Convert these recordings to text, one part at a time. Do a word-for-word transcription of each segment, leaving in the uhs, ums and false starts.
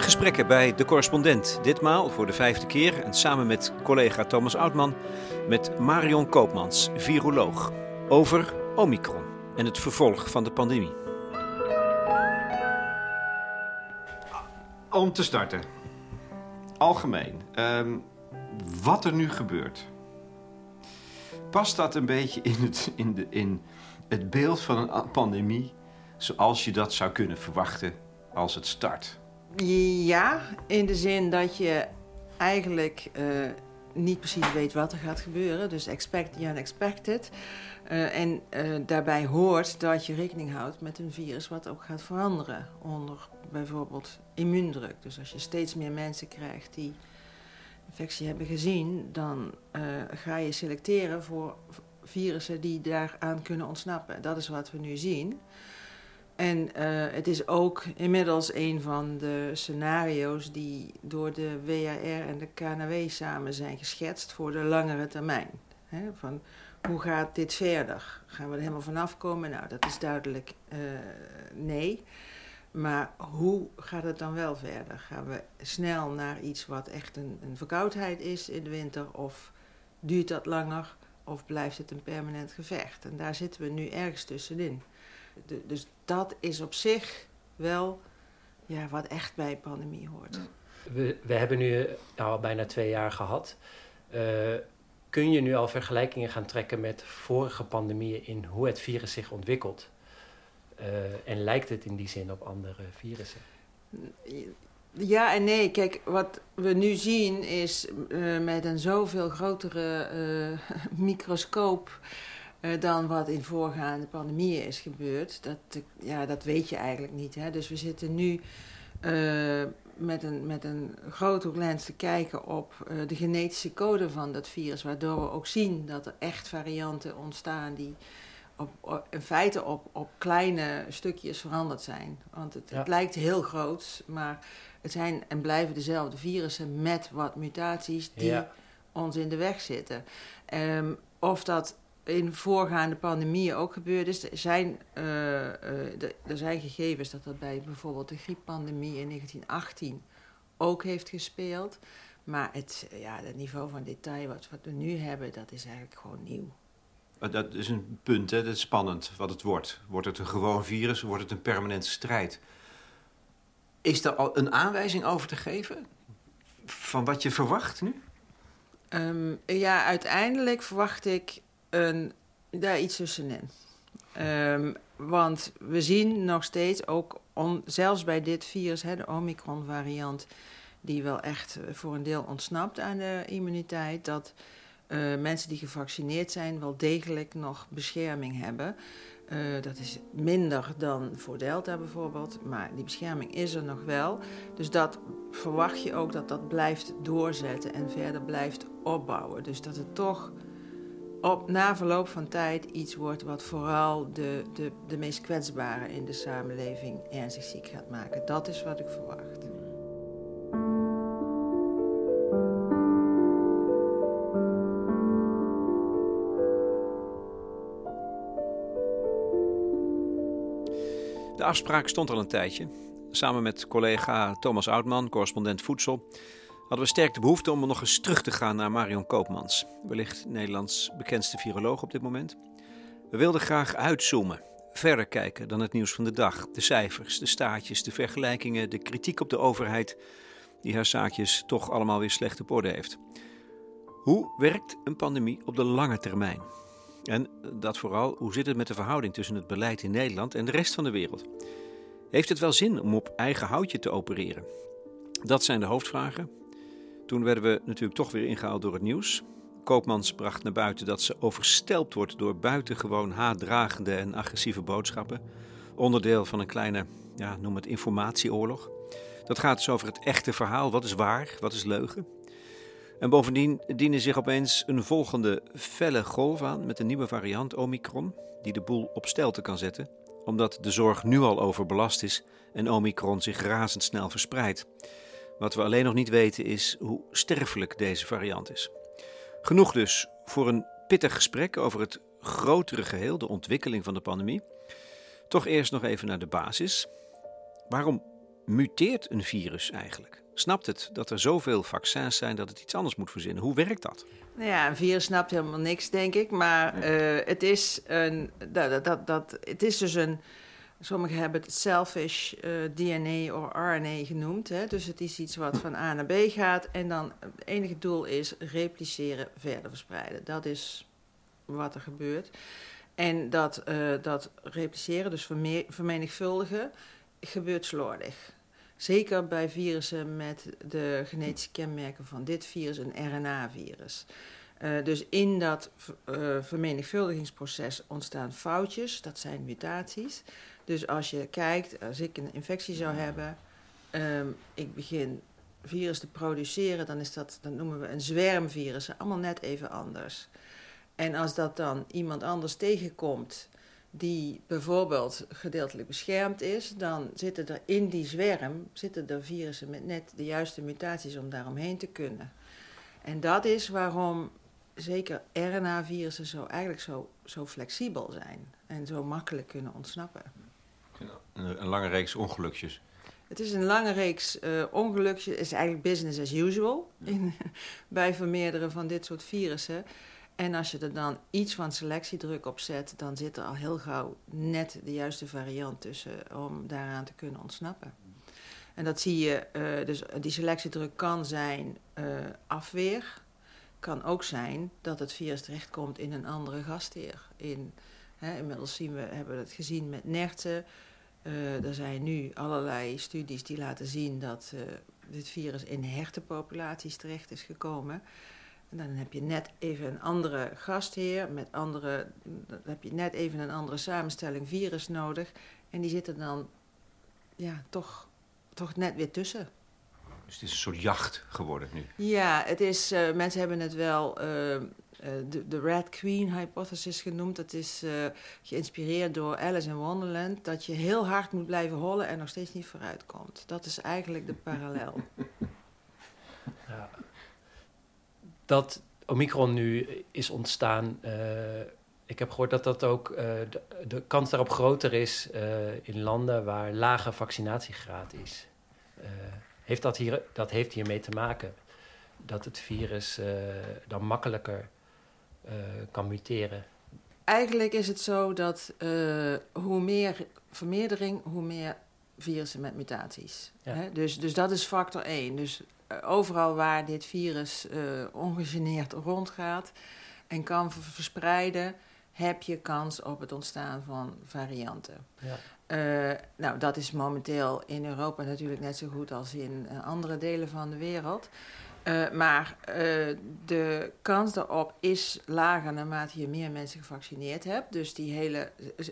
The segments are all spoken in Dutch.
Vier gesprekken bij De Correspondent. Ditmaal voor de vijfde keer en samen met collega Thomas Oudman met Marion Koopmans, viroloog, over Omicron en het vervolg van de pandemie. Om te starten. Algemeen. Um, wat er nu gebeurt. Past dat een beetje in het, in, de, in het beeld van een pandemie zoals je dat zou kunnen verwachten als het start? Ja, in de zin dat je eigenlijk uh, niet precies weet wat er gaat gebeuren. Dus expect the unexpected. Uh, en uh, daarbij hoort dat je rekening houdt met een virus wat ook gaat veranderen onder bijvoorbeeld immuundruk. Dus als je steeds meer mensen krijgt die infectie hebben gezien, dan uh, ga je selecteren voor virussen die daaraan kunnen ontsnappen. Dat is wat we nu zien. En uh, het is ook inmiddels een van de scenario's die door de W H R en de K N W samen zijn geschetst voor de langere termijn. He, van hoe gaat dit verder? Gaan we er helemaal vanaf komen? Nou, dat is duidelijk uh, nee. Maar hoe gaat het dan wel verder? Gaan we snel naar iets wat echt een, een verkoudheid is in de winter? Of duurt dat langer? Of blijft het een permanent gevecht? En daar zitten we nu ergens tussenin. De, dus dat is op zich wel ja, wat echt bij pandemie hoort. We, we hebben nu al bijna twee jaar gehad. Uh, kun je nu al vergelijkingen gaan trekken met vorige pandemieën in hoe het virus zich ontwikkelt? Uh, en lijkt het in die zin op andere virussen? Ja en nee. Kijk, wat we nu zien is uh, met een zoveel grotere uh, microscoop Uh, dan wat in voorgaande pandemieën is gebeurd. Dat, uh, ja, dat weet je eigenlijk niet. Hè? Dus we zitten nu uh, met, een, met een grote lens te kijken op uh, de genetische code van dat virus, waardoor we ook zien dat er echt varianten ontstaan die op, op, in feite op, op kleine stukjes veranderd zijn. Want het, ja. het lijkt heel groot, maar het zijn en blijven dezelfde virussen met wat mutaties die ja. ons in de weg zitten. Um, of dat in voorgaande pandemieën ook gebeurd is. Er zijn, uh, uh, de, er zijn gegevens dat dat bij bijvoorbeeld de grieppandemie in negentien achttien ook heeft gespeeld. Maar het, ja, het niveau van detail wat, wat we nu hebben, dat is eigenlijk gewoon nieuw. Dat is een punt, hè? Dat is spannend wat het wordt. Wordt het een gewoon virus, wordt het een permanente strijd? Is er al een aanwijzing over te geven van wat je verwacht nu? Um, ja, uiteindelijk verwacht ik Een, daar iets tussenin. Um, want we zien nog steeds ook, on, zelfs bij dit virus, hè, de Omicron-variant, die wel echt voor een deel ontsnapt aan de immuniteit, dat uh, mensen die gevaccineerd zijn wel degelijk nog bescherming hebben. Uh, dat is minder dan voor Delta bijvoorbeeld, maar die bescherming is er nog wel. Dus dat verwacht je ook dat dat blijft doorzetten en verder blijft opbouwen. Dus dat het toch op na verloop van tijd iets wordt wat vooral de, de, de meest kwetsbaren in de samenleving ernstig ziek gaat maken. Dat is wat ik verwacht. De afspraak stond al een tijdje. Samen met collega Thomas Oudman, correspondent voedsel, hadden we sterk de behoefte om nog eens terug te gaan naar Marion Koopmans. Wellicht Nederlands bekendste viroloog op dit moment. We wilden graag uitzoomen, verder kijken dan het nieuws van de dag. De cijfers, de staartjes, de vergelijkingen, de kritiek op de overheid, die haar zaakjes toch allemaal weer slecht op orde heeft. Hoe werkt een pandemie op de lange termijn? En dat vooral, hoe zit het met de verhouding tussen het beleid in Nederland en de rest van de wereld? Heeft het wel zin om op eigen houtje te opereren? Dat zijn de hoofdvragen. Toen werden we natuurlijk toch weer ingehaald door het nieuws. Koopmans bracht naar buiten dat ze overstelpt wordt door buitengewoon haatdragende en agressieve boodschappen. Onderdeel van een kleine, ja, noem het informatieoorlog. Dat gaat dus over het echte verhaal. Wat is waar, wat is leugen? En bovendien diende zich opeens een volgende felle golf aan met een nieuwe variant Omicron, die de boel op stelte kan zetten, omdat de zorg nu al overbelast is en Omicron zich razendsnel verspreidt. Wat we alleen nog niet weten is hoe sterfelijk deze variant is. Genoeg dus voor een pittig gesprek over het grotere geheel, de ontwikkeling van de pandemie. Toch eerst nog even naar de basis. Waarom muteert een virus eigenlijk? Snapt het dat er zoveel vaccins zijn dat het iets anders moet verzinnen? Hoe werkt dat? Nou ja, een virus snapt helemaal niks, denk ik. Maar uh, het, is een, dat, dat, dat, het is dus een... Sommigen hebben het selfish uh, D N A of R N A genoemd. Hè? Dus het is iets wat van A naar B gaat. En dan het enige doel is repliceren, verder verspreiden. Dat is wat er gebeurt. En dat, uh, dat repliceren, dus verme- vermenigvuldigen, gebeurt slordig. Zeker bij virussen met de genetische kenmerken van dit virus, een R N A-virus. Uh, dus in dat uh, vermenigvuldigingsproces ontstaan foutjes, dat zijn mutaties. Dus als je kijkt, als ik een infectie zou hebben, um, ik begin virus te produceren, dan is dat, dat noemen we een zwermvirus, allemaal net even anders. En als dat dan iemand anders tegenkomt die bijvoorbeeld gedeeltelijk beschermd is, dan zitten er in die zwerm zitten er virussen met net de juiste mutaties om daaromheen te kunnen. En dat is waarom zeker R N A-virussen zo, eigenlijk zo, zo flexibel zijn en zo makkelijk kunnen ontsnappen. Een, een lange reeks ongelukjes. Het is een lange reeks uh, ongelukjes. Het is eigenlijk business as usual in, bij vermeerderen van dit soort virussen. En als je er dan iets van selectiedruk op zet, dan zit er al heel gauw net de juiste variant tussen om daaraan te kunnen ontsnappen. En dat zie je, uh, dus die selectiedruk kan zijn uh, afweer. Kan ook zijn dat het virus terechtkomt in een andere gastheer. In, hè, inmiddels zien we, hebben we het gezien met nertsen. Uh, er zijn nu allerlei studies die laten zien dat uh, dit virus in hertenpopulaties terecht is gekomen. En dan heb je net even een andere gastheer, met andere, dan heb je net even een andere samenstelling virus nodig. En die zitten dan ja, toch, toch net weer tussen. Dus het is een soort jacht geworden nu. Ja, het is, uh, mensen hebben het wel uh, uh, de, de Red Queen hypothesis genoemd. Dat is uh, geïnspireerd door Alice in Wonderland. Dat je heel hard moet blijven hollen en nog steeds niet vooruit komt. Dat is eigenlijk de parallel. Ja. Dat Omicron nu is ontstaan, uh, ik heb gehoord dat dat ook uh, de, de kans daarop groter is uh, in landen waar lage vaccinatiegraad is. Uh, heeft dat, hier, dat heeft hiermee te maken dat het virus uh, dan makkelijker uh, kan muteren? Eigenlijk is het zo dat uh, hoe meer vermeerdering, hoe meer virussen met mutaties. Ja. Hè? Dus, dus dat is factor één. Dus uh, overal waar dit virus uh, ongegeneerd rondgaat en kan ver- verspreiden, heb je kans op het ontstaan van varianten. Ja. Uh, nou, dat is momenteel in Europa natuurlijk net zo goed als in uh, andere delen van de wereld. Uh, maar uh, de kans daarop is lager naarmate je meer mensen gevaccineerd hebt. Dus die hele, uh,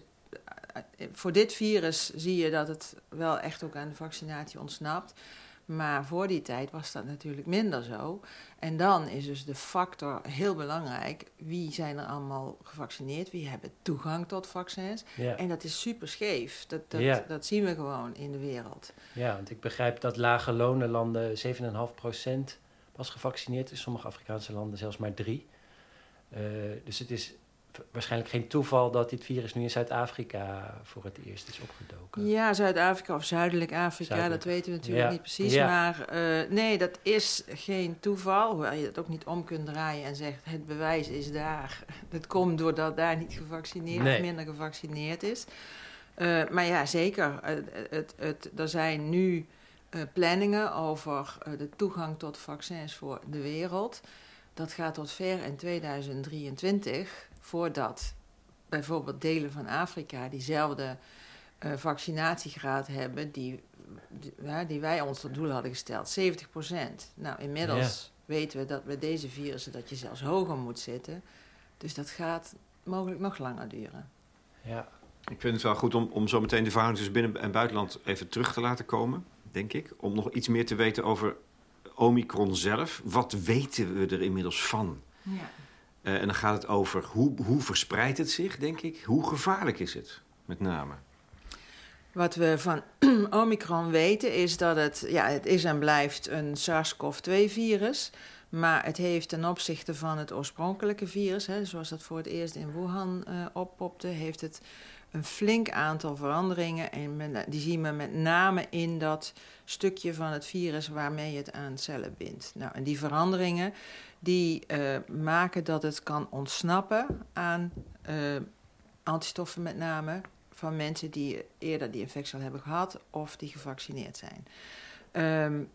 voor dit virus zie je dat het wel echt ook aan de vaccinatie ontsnapt. Maar voor die tijd was dat natuurlijk minder zo. En dan is dus de factor heel belangrijk. Wie zijn er allemaal gevaccineerd? Wie hebben toegang tot vaccins? Ja. En dat is super scheef. Dat, dat, Ja. dat zien we gewoon in de wereld. Ja, want ik begrijp dat lage lonenlanden zeven komma vijf procent pas gevaccineerd is. Sommige Afrikaanse landen zelfs maar drie. Uh, dus het is waarschijnlijk geen toeval dat dit virus nu in Zuid-Afrika voor het eerst is opgedoken. Ja, Zuid-Afrika of Zuidelijk Afrika, Zuidelijk. dat weten we natuurlijk Ja. niet precies. Ja. Maar uh, nee, dat is geen toeval. Hoewel je dat ook niet om kunt draaien en zegt het bewijs is daar. Het komt doordat daar niet gevaccineerd Nee. of minder gevaccineerd is. Uh, maar ja, zeker. Uh, het, het, er zijn nu uh, planningen over uh, de toegang tot vaccins voor de wereld. Dat gaat tot ver in tweeduizend drieëntwintig, voordat bijvoorbeeld delen van Afrika diezelfde uh, vaccinatiegraad hebben die, die, ja, die wij ons tot doel hadden gesteld, zeventig procent. Nou, inmiddels ja. weten we dat bij deze virussen dat je zelfs hoger moet zitten. Dus dat gaat mogelijk nog langer duren. Ja. Ik vind het wel goed om, om zo meteen de verhouding tussen binnen- en buitenland even terug te laten komen, denk ik. Om nog iets meer te weten over Omicron zelf. Wat weten we er inmiddels van? Ja. Uh, en dan gaat het over hoe, hoe verspreidt het zich, denk ik. Hoe gevaarlijk is het, met name? Wat we van Omicron weten is dat het, ja, het is en blijft een SARS-C o V twee virus. Maar het heeft ten opzichte van het oorspronkelijke virus, hè, zoals dat voor het eerst in Wuhan uh, oppopte, heeft het een flink aantal veranderingen. En met, die zien we met name in dat stukje van het virus waarmee je het aan cellen bindt. Nou, en die veranderingen die uh, maken dat het kan ontsnappen aan uh, antistoffen met name van mensen die eerder die infectie al hebben gehad of die gevaccineerd zijn. Um,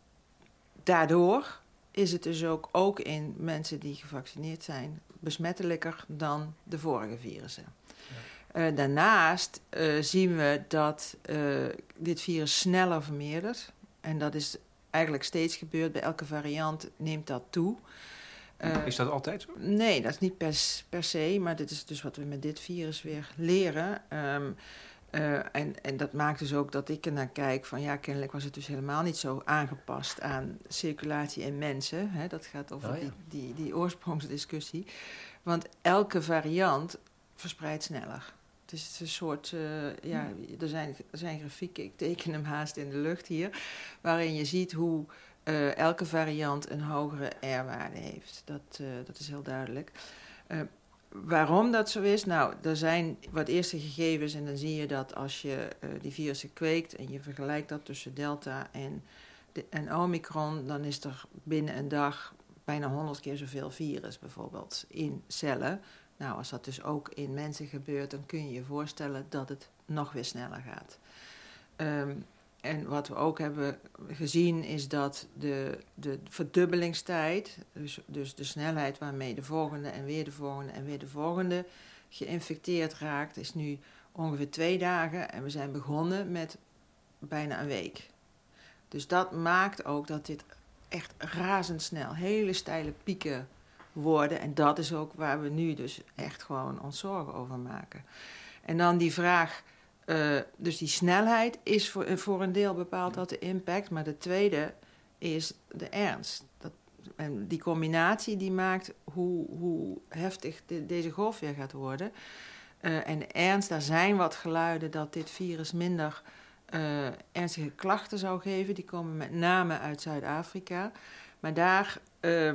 daardoor is het dus ook, ook in mensen die gevaccineerd zijn besmettelijker dan de vorige virussen. Ja. Uh, daarnaast uh, zien we dat uh, dit virus sneller vermeerdert. En dat is eigenlijk steeds gebeurd. Bij elke variant neemt dat toe. Uh, is dat altijd zo? Nee, dat is niet per, per se. Maar dit is dus wat we met dit virus weer leren. Um, uh, en, en dat maakt dus ook dat ik er naar kijk van... ja, kennelijk was het dus helemaal niet zo aangepast aan circulatie in mensen. Hè? Dat gaat over oh, ja. die, die, die oorsprongsdiscussie. Want elke variant verspreidt sneller. Het is een soort, uh, ja, er zijn, er zijn grafieken, ik teken hem haast in de lucht hier... waarin je ziet hoe uh, elke variant een hogere R-waarde heeft. Dat, uh, dat is heel duidelijk. Uh, waarom dat zo is? Nou, er zijn wat eerste gegevens en dan zie je dat als je uh, die virussen kweekt... en je vergelijkt dat tussen Delta en, de, en Omicron... dan is er binnen een dag bijna honderd keer zoveel virus bijvoorbeeld in cellen... Nou, als dat dus ook in mensen gebeurt, dan kun je je voorstellen dat het nog weer sneller gaat. Um, en wat we ook hebben gezien is dat de, de verdubbelingstijd, dus, dus de snelheid waarmee de volgende en weer de volgende en weer de volgende geïnfecteerd raakt, is nu ongeveer twee dagen en we zijn begonnen met bijna een week. Dus dat maakt ook dat dit echt razendsnel, hele steile pieken worden. En dat is ook waar we nu dus echt gewoon ons zorgen over maken. En dan die vraag, uh, dus die snelheid is voor, voor een deel bepaald dat de impact, maar de tweede is de ernst. Dat, en die combinatie die maakt hoe, hoe heftig de, deze golf weer gaat worden. Uh, en de ernst, daar zijn wat geluiden dat dit virus minder uh, ernstige klachten zou geven. Die komen met name uit Zuid-Afrika. Maar daar... Uh,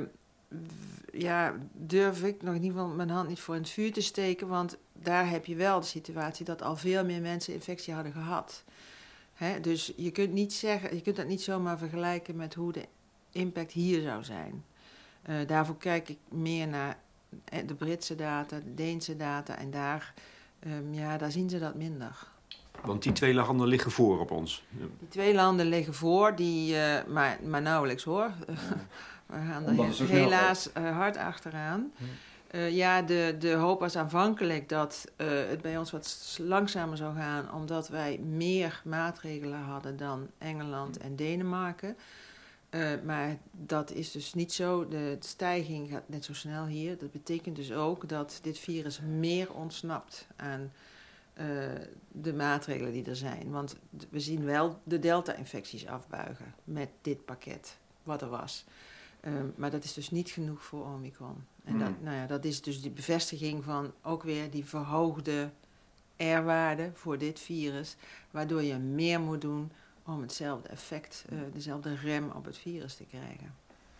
ja, durf ik nog in ieder geval mijn hand niet voor in het vuur te steken... want daar heb je wel de situatie dat al veel meer mensen infectie hadden gehad. Hè? Dus je kunt, niet zeggen, je kunt dat niet zomaar vergelijken met hoe de impact hier zou zijn. Uh, daarvoor kijk ik meer naar de Britse data, de Deense data... en daar, um, ja, daar zien ze dat minder. Want die twee landen liggen voor op ons. Ja. Die twee landen liggen voor, die, uh, maar, maar nauwelijks hoor... We gaan er he- helaas uh, hard achteraan. Uh, ja, de, de hoop was aanvankelijk dat uh, het bij ons wat langzamer zou gaan... omdat wij meer maatregelen hadden dan Engeland en Denemarken. Uh, maar dat is dus niet zo. De stijging gaat net zo snel hier. Dat betekent dus ook dat dit virus meer ontsnapt aan uh, de maatregelen die er zijn. Want we zien wel de delta-infecties afbuigen met dit pakket, wat er was... Um, maar dat is dus niet genoeg voor Omicron. En mm. dat, nou ja, dat is dus die bevestiging van ook weer die verhoogde R-waarde voor dit virus... waardoor je meer moet doen om hetzelfde effect, uh, dezelfde rem op het virus te krijgen.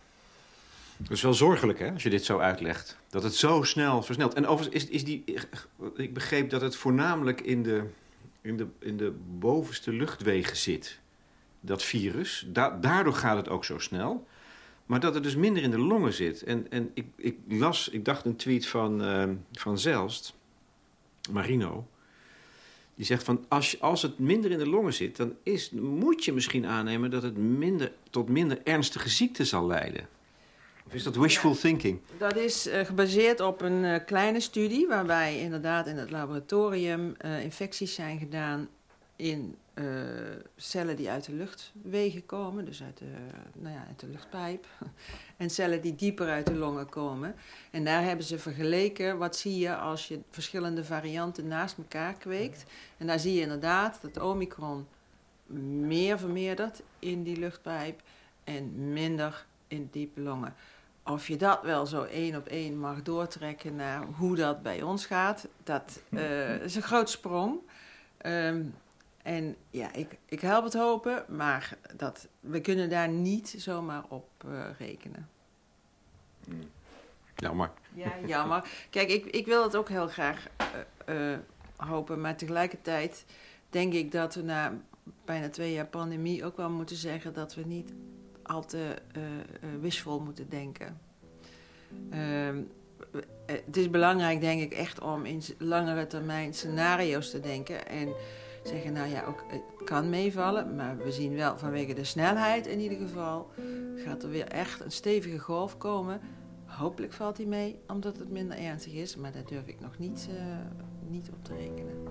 Dat is wel zorgelijk, hè, als je dit zo uitlegt. Dat het zo snel versnelt. En overigens is, is die... Ik begreep dat het voornamelijk in de, in de, in de bovenste luchtwegen zit, dat virus. Da- daardoor gaat het ook zo snel... Maar dat het dus minder in de longen zit. En, en ik, ik las, ik dacht een tweet van, uh, van Zelst, Marino. Die zegt van, als, als het minder in de longen zit... dan is, moet je misschien aannemen dat het minder, tot minder ernstige ziekte zal leiden. Of is dat wishful ja, thinking? Dat is uh, gebaseerd op een uh, kleine studie... waarbij inderdaad in het laboratorium uh, infecties zijn gedaan... in uh, cellen die uit de luchtwegen komen, dus uit de, nou ja, uit de luchtpijp. En cellen die dieper uit de longen komen. En daar hebben ze vergeleken, wat zie je als je verschillende varianten naast elkaar kweekt. En daar zie je inderdaad dat Omicron meer vermeerdert in die luchtpijp en minder in diepe longen. Of je dat wel zo één op één mag doortrekken naar hoe dat bij ons gaat, dat uh, is een groot sprong. Um, En ja, ik, ik help het hopen, maar dat, we kunnen daar niet zomaar op uh, rekenen. Jammer. Ja, jammer. Kijk, ik, ik wil het ook heel graag uh, uh, hopen. Maar tegelijkertijd denk ik dat we na bijna twee jaar pandemie ook wel moeten zeggen dat we niet al te uh, uh, wishful moeten denken. Uh, het is belangrijk, denk ik, echt om in langere termijn scenario's te denken. En zeggen, nou ja, ook, het kan meevallen. Maar we zien wel vanwege de snelheid in ieder geval, gaat er weer echt een stevige golf komen. Hopelijk valt die mee, omdat het minder ernstig is. Maar daar durf ik nog niet, uh, niet op te rekenen.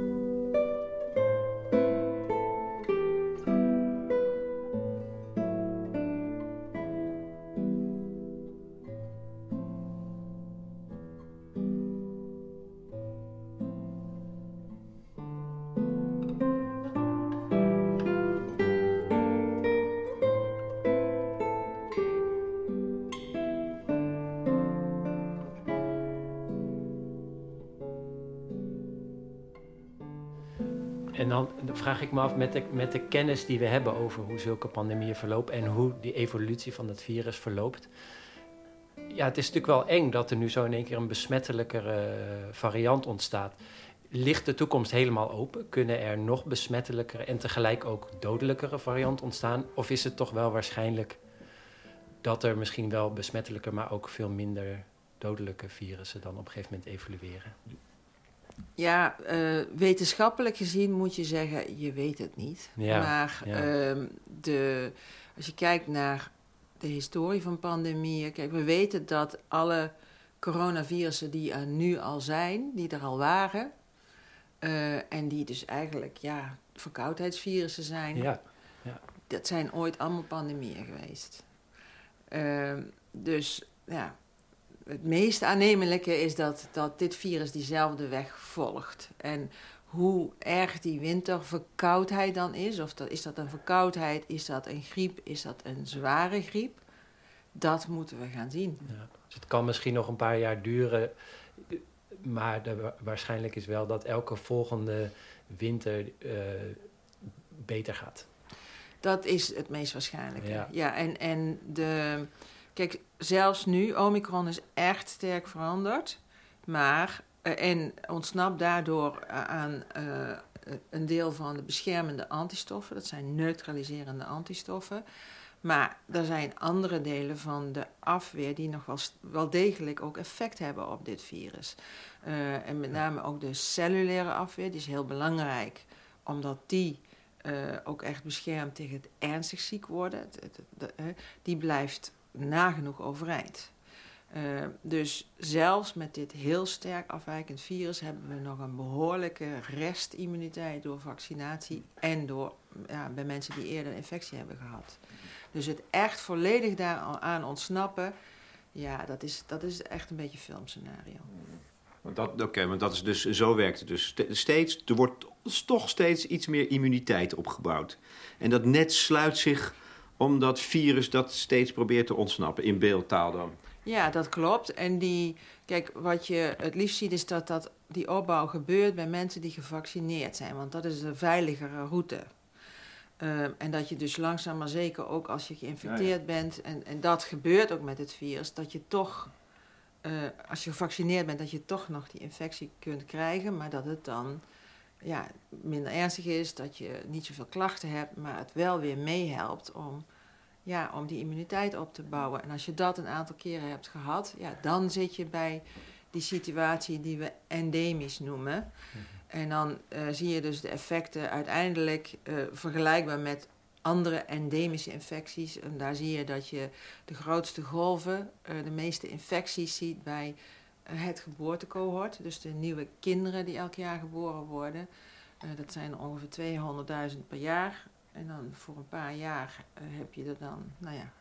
En dan vraag ik me af, met de, met de kennis die we hebben over hoe zulke pandemieën verlopen en hoe die evolutie van het virus verloopt. Ja, het is natuurlijk wel eng dat er nu zo in één keer een besmettelijkere variant ontstaat. Ligt de toekomst helemaal open? Kunnen er nog besmettelijkere en tegelijk ook dodelijkere varianten ontstaan? Of is het toch wel waarschijnlijk dat er misschien wel besmettelijker, maar ook veel minder dodelijke virussen dan op een gegeven moment evolueren? Ja, uh, wetenschappelijk gezien moet je zeggen, je weet het niet. Ja, maar ja. Uh, de, als je kijkt naar de historie van pandemieën, kijk, we weten dat alle coronavirussen die er nu al zijn, die er al waren, uh, en die dus eigenlijk ja, verkoudheidsvirussen zijn, Ja, ja. dat zijn ooit allemaal pandemieën geweest. Uh, dus ja. Het meest aannemelijke is dat, dat dit virus diezelfde weg volgt. En hoe erg die winterverkoudheid dan is, of dat, is dat een verkoudheid, is dat een griep, is dat een zware griep, dat moeten we gaan zien. Ja. Dus het kan misschien nog een paar jaar duren, maar de, waarschijnlijk is wel dat elke volgende winter uh, beter gaat. Dat is het meest waarschijnlijke. Ja, ja en, en de... Kijk, zelfs nu, Omicron is echt sterk veranderd, maar uh, en ontsnapt daardoor uh, aan uh, een deel van de beschermende antistoffen. Dat zijn neutraliserende antistoffen. Maar er zijn andere delen van de afweer die nog wel, wel degelijk ook effect hebben op dit virus. Uh, en met name ook de cellulaire afweer, die is heel belangrijk, omdat die uh, ook echt beschermt tegen het ernstig ziek worden. Het, het, de, uh, die blijft nagenoeg overeind. Uh, dus zelfs met dit heel sterk afwijkend virus hebben we nog een behoorlijke restimmuniteit door vaccinatie en door ja, bij mensen die eerder een infectie hebben gehad. Dus het echt volledig daaraan ontsnappen, ja, dat is, dat is echt een beetje een filmscenario. Oké, okay, maar dat is dus, zo werkt het dus. Steeds, er wordt toch steeds iets meer immuniteit opgebouwd. En dat net sluit zich om dat virus dat steeds probeert te ontsnappen, in beeldtaal dan. Ja, dat klopt. En die, kijk, wat je het liefst ziet is dat, dat die opbouw gebeurt bij mensen die gevaccineerd zijn. Want dat is een veiligere route. Uh, en dat je dus langzaam maar zeker ook als je geïnfecteerd ja, ja. bent, en, en dat gebeurt ook met het virus, dat je toch, uh, als je gevaccineerd bent, dat je toch nog die infectie kunt krijgen, maar dat het dan ja, minder ernstig is, dat je niet zoveel klachten hebt, maar het wel weer meehelpt om, ja, om die immuniteit op te bouwen. En als je dat een aantal keren hebt gehad, ja, dan zit je bij die situatie die we endemisch noemen. Mm-hmm. En dan uh, zie je dus de effecten uiteindelijk uh, vergelijkbaar met andere endemische infecties. En daar zie je dat je de grootste golven, uh, de meeste infecties ziet bij uh, het geboortecohort. Dus de nieuwe kinderen die elk jaar geboren worden. Uh, dat zijn er ongeveer tweehonderdduizend per jaar. En dan voor een paar jaar uh, heb je er dan, nou ja,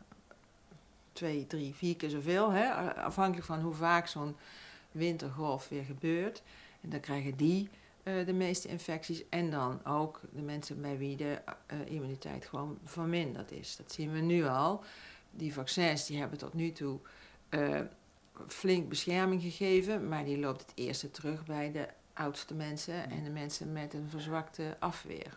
twee, drie, vier keer zoveel. Hè? Afhankelijk van hoe vaak zo'n wintergolf weer gebeurt. En dan krijgen die uh, de meeste infecties. En dan ook de mensen bij wie de uh, immuniteit gewoon verminderd is. Dat zien we nu al. Die vaccins die hebben tot nu toe uh, flink bescherming gegeven. Maar die loopt het eerste terug bij de oudste mensen en de mensen met een verzwakte afweer.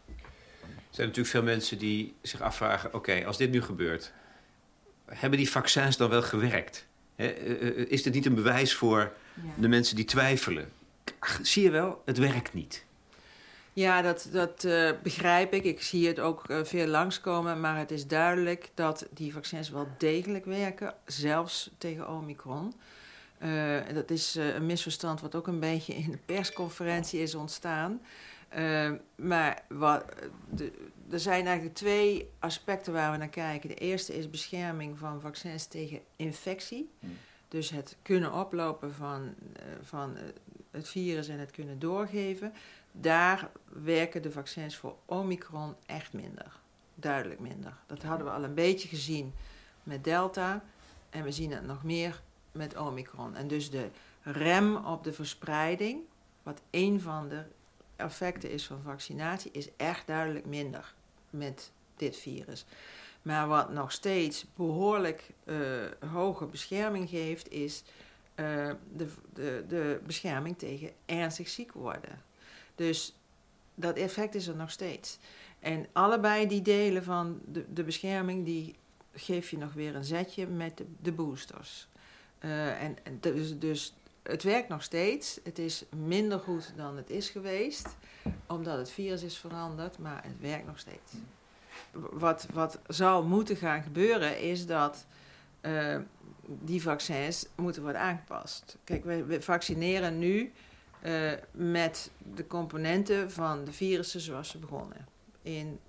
Er zijn natuurlijk veel mensen die zich afvragen, oké, okay, als dit nu gebeurt, hebben die vaccins dan wel gewerkt? He, uh, is dit niet een bewijs voor ja. de mensen die twijfelen? ach, zie je wel, het werkt niet. Ja, dat, dat uh, begrijp ik. Ik zie het ook uh, veel langskomen. Maar het is duidelijk dat die vaccins wel degelijk werken. Zelfs tegen Omicron. Uh, dat is uh, een misverstand wat ook een beetje in de persconferentie is ontstaan. Uh, maar wat, de, er zijn eigenlijk twee aspecten waar we naar kijken. De eerste is bescherming van vaccins tegen infectie. Hmm. Dus het kunnen oplopen van, uh, van uh, het virus en het kunnen doorgeven. Daar werken de vaccins voor Omicron echt minder. Duidelijk minder. Dat hadden we al een beetje gezien met Delta. En we zien het nog meer met Omicron. En dus de rem op de verspreiding, wat een van de effecten is van vaccinatie, is echt duidelijk minder met dit virus. Maar wat nog steeds behoorlijk uh, hoge bescherming geeft, is uh, de, de, de bescherming tegen ernstig ziek worden. Dus dat effect is er nog steeds. En allebei die delen van de, de bescherming, die geef je nog weer een zetje met de, de boosters. Uh, en, en dus, dus het werkt nog steeds. Het is minder goed dan het is geweest, omdat het virus is veranderd, maar het werkt nog steeds. Wat, wat zal moeten gaan gebeuren is dat uh, die vaccins moeten worden aangepast. Kijk, we, we vaccineren nu uh, met de componenten van de virussen zoals ze begonnen. In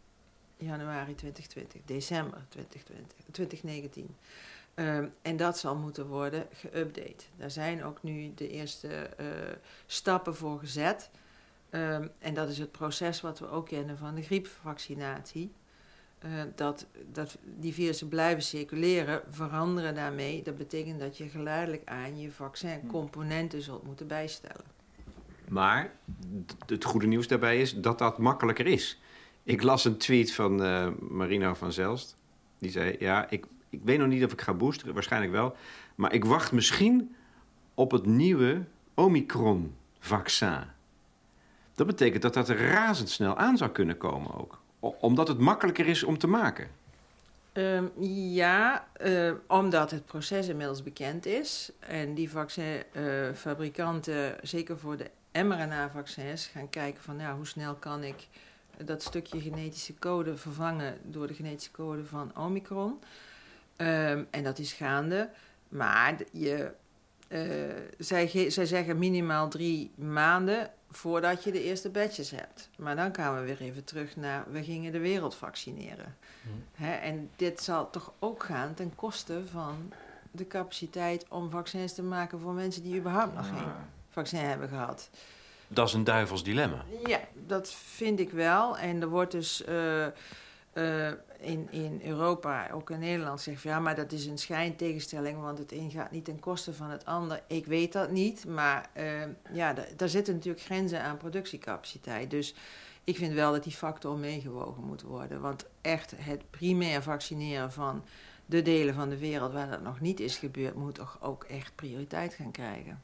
januari twintig twintig, december twintig twintig, twintig negentien. Uh, en dat zal moeten worden geüpdate. Daar zijn ook nu de eerste uh, stappen voor gezet. Um, en dat is het proces wat we ook kennen van de griepvaccinatie. Uh, dat, dat die virussen blijven circuleren, veranderen daarmee. Dat betekent dat je geleidelijk aan je vaccincomponenten zult moeten bijstellen. Maar het goede nieuws daarbij is dat dat makkelijker is. Ik las een tweet van uh, Marino van Zelst. Die zei, ja, ik, ik weet nog niet of ik ga boosteren, waarschijnlijk wel. Maar ik wacht misschien op het nieuwe Omicron-vaccin. Dat betekent dat dat er razendsnel aan zou kunnen komen ook. Omdat het makkelijker is om te maken. Um, ja, uh, omdat het proces inmiddels bekend is. En die vaccinfabrikanten, uh, zeker voor de mRNA-vaccins, gaan kijken van ja, hoe snel kan ik dat stukje genetische code vervangen door de genetische code van Omicron. Um, en dat is gaande. Maar je, uh, zij, ge- zij zeggen minimaal drie maanden voordat je de eerste batches hebt. Maar dan gaan we weer even terug naar, we gingen de wereld vaccineren. Hmm. Hè, en dit zal toch ook gaan ten koste van de capaciteit om vaccins te maken voor mensen die überhaupt nog geen vaccin hebben gehad. Dat is een duivels dilemma. Ja, dat vind ik wel. En er wordt dus uh, uh, in, in Europa, ook in Nederland, gezegd ja, maar dat is een schijntegenstelling, want het een gaat niet ten koste van het ander. Ik weet dat niet, maar uh, ja, d- daar zitten natuurlijk grenzen aan productiecapaciteit. Dus ik vind wel dat die factor meegewogen moet worden. Want echt het primair vaccineren van de delen van de wereld waar dat nog niet is gebeurd, moet toch ook echt prioriteit gaan krijgen.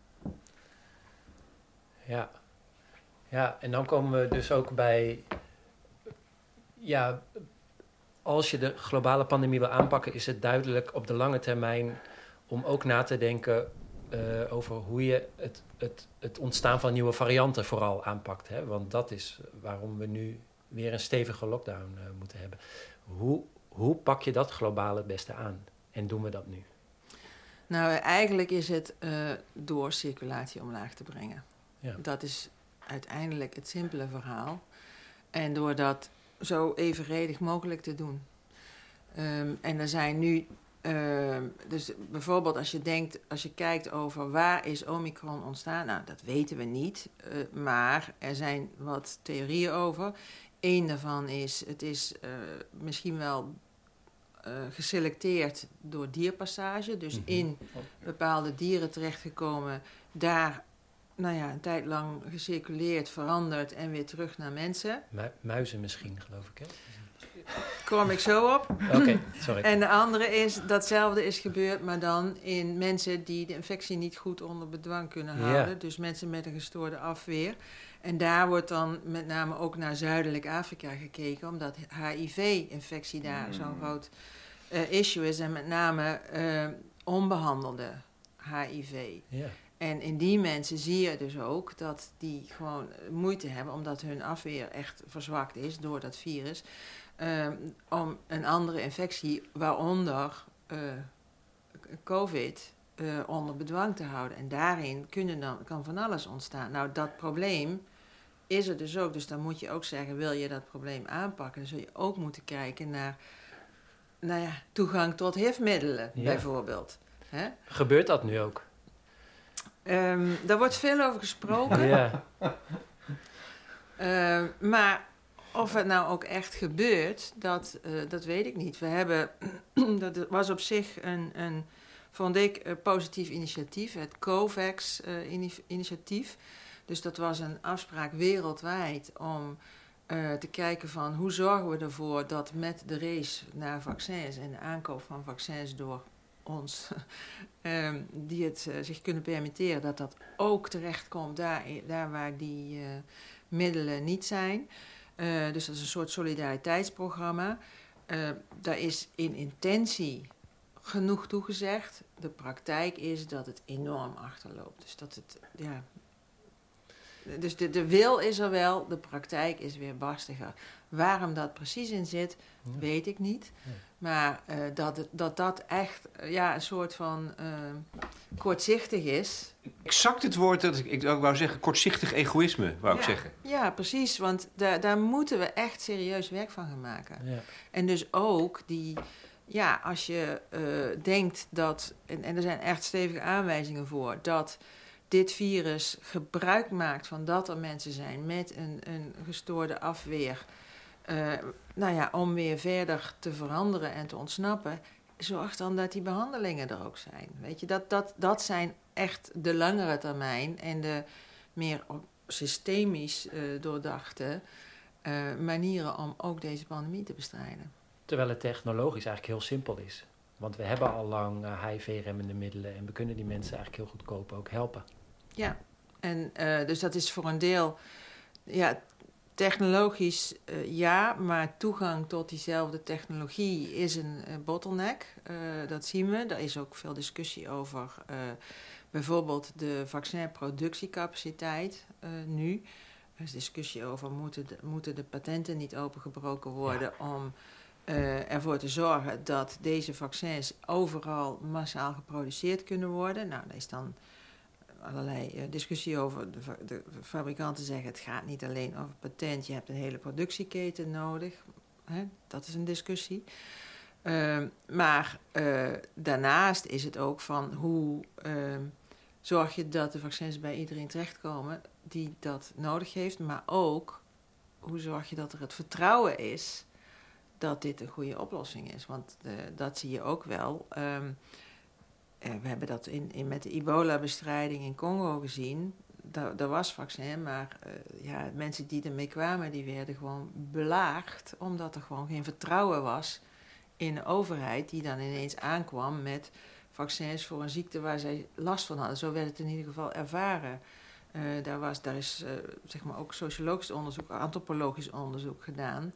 Ja. Ja, en dan komen we dus ook bij, ja, als je de globale pandemie wil aanpakken, is het duidelijk op de lange termijn om ook na te denken uh, over hoe je het, het, het ontstaan van nieuwe varianten vooral aanpakt. Hè? Want dat is waarom we nu weer een stevige lockdown uh, moeten hebben. Hoe, hoe pak je dat globaal het beste aan? En doen we dat nu? Nou, eigenlijk is het uh, door circulatie omlaag te brengen. Ja. Dat is uiteindelijk het simpele verhaal. En door dat zo evenredig mogelijk te doen. Um, en er zijn nu, uh, dus bijvoorbeeld als je denkt, als je kijkt over waar is Omicron ontstaan, nou dat weten we niet, uh, maar er zijn wat theorieën over. Eén daarvan is, het is uh, misschien wel uh, geselecteerd door dierpassage, dus mm-hmm. in bepaalde dieren terechtgekomen, daar nou ja, een tijd lang gecirculeerd, veranderd en weer terug naar mensen. Mu- muizen misschien, geloof ik, hè? Kom ik zo op. Oké, okay, sorry. En de andere is, datzelfde is gebeurd, maar dan in mensen die de infectie niet goed onder bedwang kunnen houden. Ja. Dus mensen met een gestoorde afweer. En daar wordt dan met name ook naar Zuidelijk Afrika gekeken, omdat H I V-infectie daar mm. zo'n groot uh, issue is. En met name uh, onbehandelde H I V. Ja. En in die mensen zie je dus ook dat die gewoon moeite hebben, omdat hun afweer echt verzwakt is door dat virus, um, om een andere infectie, waaronder uh, COVID, uh, onder bedwang te houden. En daarin kunnen dan, kan van alles ontstaan. Nou, dat probleem is er dus ook. Dus dan moet je ook zeggen, wil je dat probleem aanpakken, dan zul je ook moeten kijken naar, nou ja, toegang tot H I V-middelen, ja. bijvoorbeeld. Hè? Gebeurt dat nu ook? Um, daar wordt veel over gesproken. Ja. Uh, maar of het nou ook echt gebeurt, dat, uh, dat weet ik niet. We hebben, dat was op zich een, een vond ik, een positief initiatief, het COVAX-initiatief. Uh, dus dat was een afspraak wereldwijd om uh, te kijken van hoe zorgen we ervoor dat met de race naar vaccins en de aankoop van vaccins door ons, um, die het uh, zich kunnen permitteren, dat dat ook terechtkomt daar, daar waar die uh, middelen niet zijn. Uh, dus dat is een soort solidariteitsprogramma. Uh, daar is in intentie genoeg toegezegd. De praktijk is dat het enorm achterloopt. Dus dat het, ja. Dus de, de wil is er wel, de praktijk is weer barstiger. Waarom dat precies in zit, ja. weet ik niet. Ja. Maar uh, dat, het, dat dat echt uh, ja, een soort van uh, kortzichtig is. Exact het woord dat ik, ik wou zeggen, kortzichtig egoïsme, wou ja. ik zeggen. Ja, precies, want daar, daar moeten we echt serieus werk van gaan maken. Ja. En dus ook die, ja, als je uh, denkt dat, en, en er zijn echt stevige aanwijzingen voor, dat dit virus gebruik maakt van dat er mensen zijn met een, een gestoorde afweer, Uh, nou ja, om weer verder te veranderen en te ontsnappen, zorg dan dat die behandelingen er ook zijn. Weet je, dat, dat, dat zijn echt de langere termijn en de meer systemisch uh, doordachte uh, manieren om ook deze pandemie te bestrijden. Terwijl het technologisch eigenlijk heel simpel is. Want we hebben al lang uh, H I V-remmende middelen en we kunnen die mensen eigenlijk heel goedkoop ook helpen. Ja, en uh, dus dat is voor een deel, ja, technologisch uh, ja, maar toegang tot diezelfde technologie is een uh, bottleneck. Uh, dat zien we. Daar is ook veel discussie over. Uh, bijvoorbeeld de vaccinproductiecapaciteit uh, nu. Er is discussie over moeten de, moeten de patenten niet opengebroken worden ja. om uh, ervoor te zorgen dat deze vaccins overal massaal geproduceerd kunnen worden. Nou, daar is dan allerlei uh, discussie over. De, de fabrikanten zeggen het gaat niet alleen over patent, je hebt een hele productieketen nodig. Hè? Dat is een discussie. Uh, maar uh, daarnaast is het ook van hoe uh, zorg je dat de vaccins bij iedereen terechtkomen die dat nodig heeft, maar ook hoe zorg je dat er het vertrouwen is dat dit een goede oplossing is. Want uh, dat zie je ook wel. Um, Uh, we hebben dat in, in met de ebola-bestrijding in Congo gezien. Da, daar was vaccin, maar uh, ja, mensen die ermee kwamen, die werden gewoon belaagd, omdat er gewoon geen vertrouwen was in de overheid, die dan ineens aankwam met vaccins voor een ziekte waar zij last van hadden. Zo werd het in ieder geval ervaren. Uh, daar, was, daar is uh, zeg maar ook sociologisch onderzoek, antropologisch onderzoek gedaan.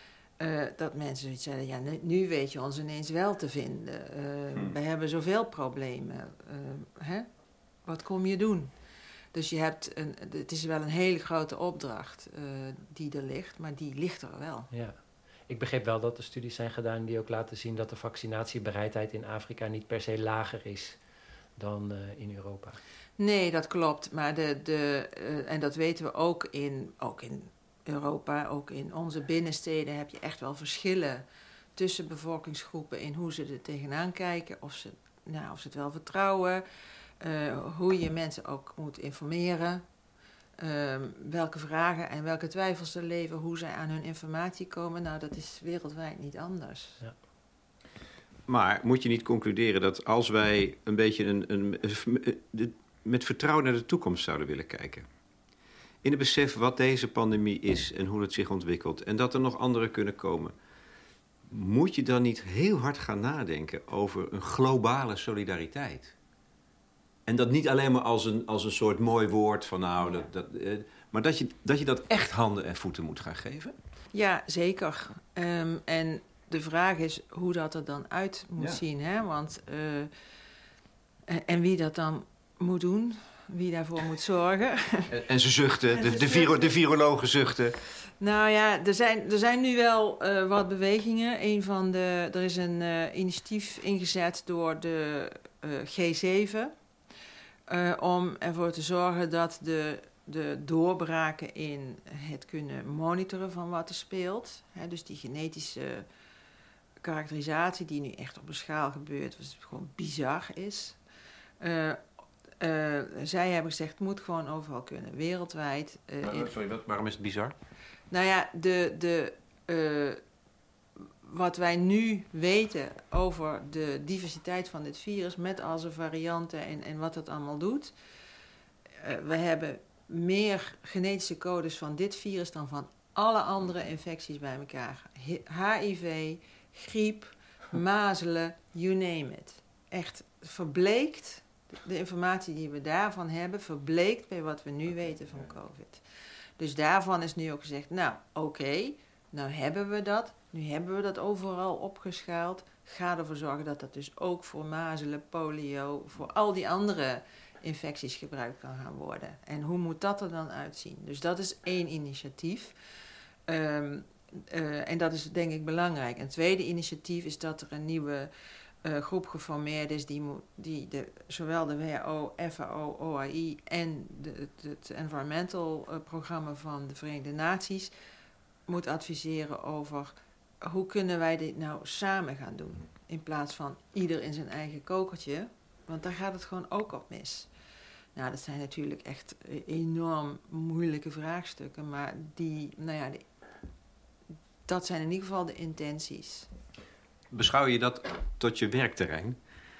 Uh, dat mensen zoiets zeiden, ja, nu, nu weet je ons ineens wel te vinden. Uh, hmm. We hebben zoveel problemen. Uh, hè? Wat kom je doen? Dus je hebt een, het is wel een hele grote opdracht uh, die er ligt, maar die ligt er wel. Ja. Ik begreep wel dat er studies zijn gedaan die ook laten zien dat de vaccinatiebereidheid in Afrika niet per se lager is dan uh, in Europa. Nee, dat klopt. Maar de, de, uh, en dat weten we ook in, ook in Europa, ook in onze binnensteden heb je echt wel verschillen tussen bevolkingsgroepen in hoe ze er tegenaan kijken, of ze, nou, of ze het wel vertrouwen, uh, hoe je mensen ook moet informeren, uh, welke vragen en welke twijfels er leven, hoe zij aan hun informatie komen. Nou, dat is wereldwijd niet anders. Ja. Maar moet je niet concluderen dat als wij een beetje een, een, een, met vertrouwen naar de toekomst zouden willen kijken, in het besef wat deze pandemie is en hoe het zich ontwikkelt, en dat er nog andere kunnen komen, moet je dan niet heel hard gaan nadenken over een globale solidariteit? En dat niet alleen maar als een, als een soort mooi woord van nou, dat, dat, eh, maar dat je, dat je dat echt handen en voeten moet gaan geven? Ja, zeker. Um, en de vraag is hoe dat er dan uit moet ja. zien, hè? Want uh, en, en wie dat dan moet doen. wie daarvoor moet zorgen. En, en ze zuchten, En de, ze de, viro, zuchten. de virologen zuchten. Nou ja, er zijn, er zijn nu wel uh, wat bewegingen. Een van de, er is een uh, initiatief ingezet door de uh, G zeven... Uh, om ervoor te zorgen dat de, de doorbraken in het kunnen monitoren van wat er speelt... Hè, dus die genetische karakterisatie die nu echt op een schaal gebeurt... wat gewoon bizar is... Uh, uh, zij hebben gezegd, het moet gewoon overal kunnen, wereldwijd. Uh, Maar, sorry, wat, waarom is het bizar? Nou ja, de, de, uh, wat wij nu weten over de diversiteit van dit virus... met al zijn varianten en, en wat het allemaal doet... Uh, we hebben meer genetische codes van dit virus... dan van alle andere infecties bij elkaar. H I V, griep, mazelen, you name it. Echt verbleekt... De informatie die we daarvan hebben verbleekt bij wat we nu weten van COVID. Dus daarvan is nu ook gezegd, nou oké, okay, nou hebben we dat. Nu hebben we dat overal opgeschaald. Ga ervoor zorgen dat dat dus ook voor mazelen, polio, voor al die andere infecties gebruikt kan gaan worden. En hoe moet dat er dan uitzien? Dus dat is één initiatief. Um, uh, en dat is denk ik belangrijk. Een tweede initiatief is dat er een nieuwe... Uh, groep geformeerd is die, die de, zowel de W H O, F A O, O A I en de, het, het environmental uh, programma van de Verenigde Naties moet adviseren over hoe kunnen wij dit nou samen gaan doen. In plaats van ieder in zijn eigen kokertje, want daar gaat het gewoon ook op mis. Nou, dat zijn natuurlijk echt enorm moeilijke vraagstukken, maar die, nou ja, die, dat zijn in ieder geval de intenties. Beschouw je dat tot je werkterrein?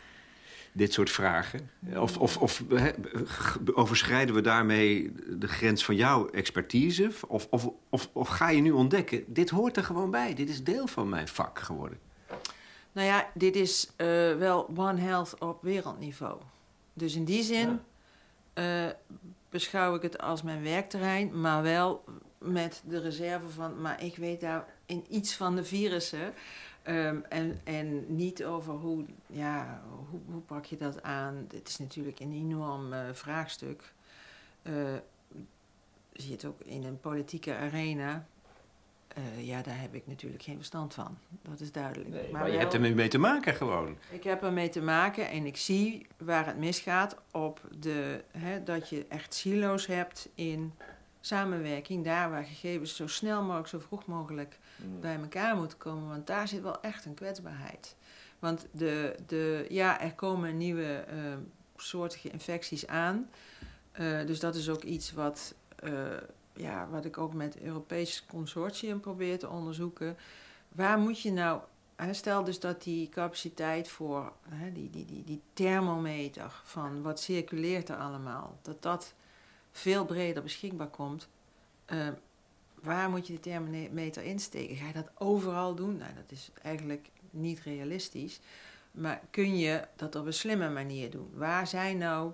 Dit soort vragen? Of, of, of he, overschrijden we daarmee de grens van jouw expertise? Of, of, of, of ga je nu ontdekken, dit hoort er gewoon bij. Dit is deel van mijn vak geworden. Nou ja, dit is uh, wel One Health op wereldniveau. Dus in die zin uh, beschouw ik het als mijn werkterrein, maar wel met de reserve van, maar ik weet daar in iets van de virussen. Um, en, en niet over hoe, ja, hoe, hoe pak je dat aan. Het is natuurlijk een enorm uh, vraagstuk. Uh, zie je het ook in een politieke arena. Uh, ja, daar heb ik natuurlijk geen verstand van. Dat is duidelijk. Nee, maar, maar je wel, hebt ermee te maken gewoon. Ik heb ermee te maken en ik zie waar het misgaat op de, hè, dat je echt silo's hebt in samenwerking. Daar waar gegevens zo snel mogelijk, zo vroeg mogelijk mm. bij elkaar moeten komen. Want daar zit wel echt een kwetsbaarheid. Want de, de, ja, er komen nieuwe uh, soortige infecties aan. Uh, dus dat is ook iets wat... Uh, Ja, wat ik ook met het Europees Consortium probeer te onderzoeken. Waar moet je nou... Stel dus dat die capaciteit voor hè, die, die, die, die thermometer van wat circuleert er allemaal, dat dat veel breder beschikbaar komt. Uh, waar moet je de thermometer insteken? Ga je dat overal doen? Nou, dat is eigenlijk niet realistisch. Maar kun je dat op een slimme manier doen? Waar zijn nou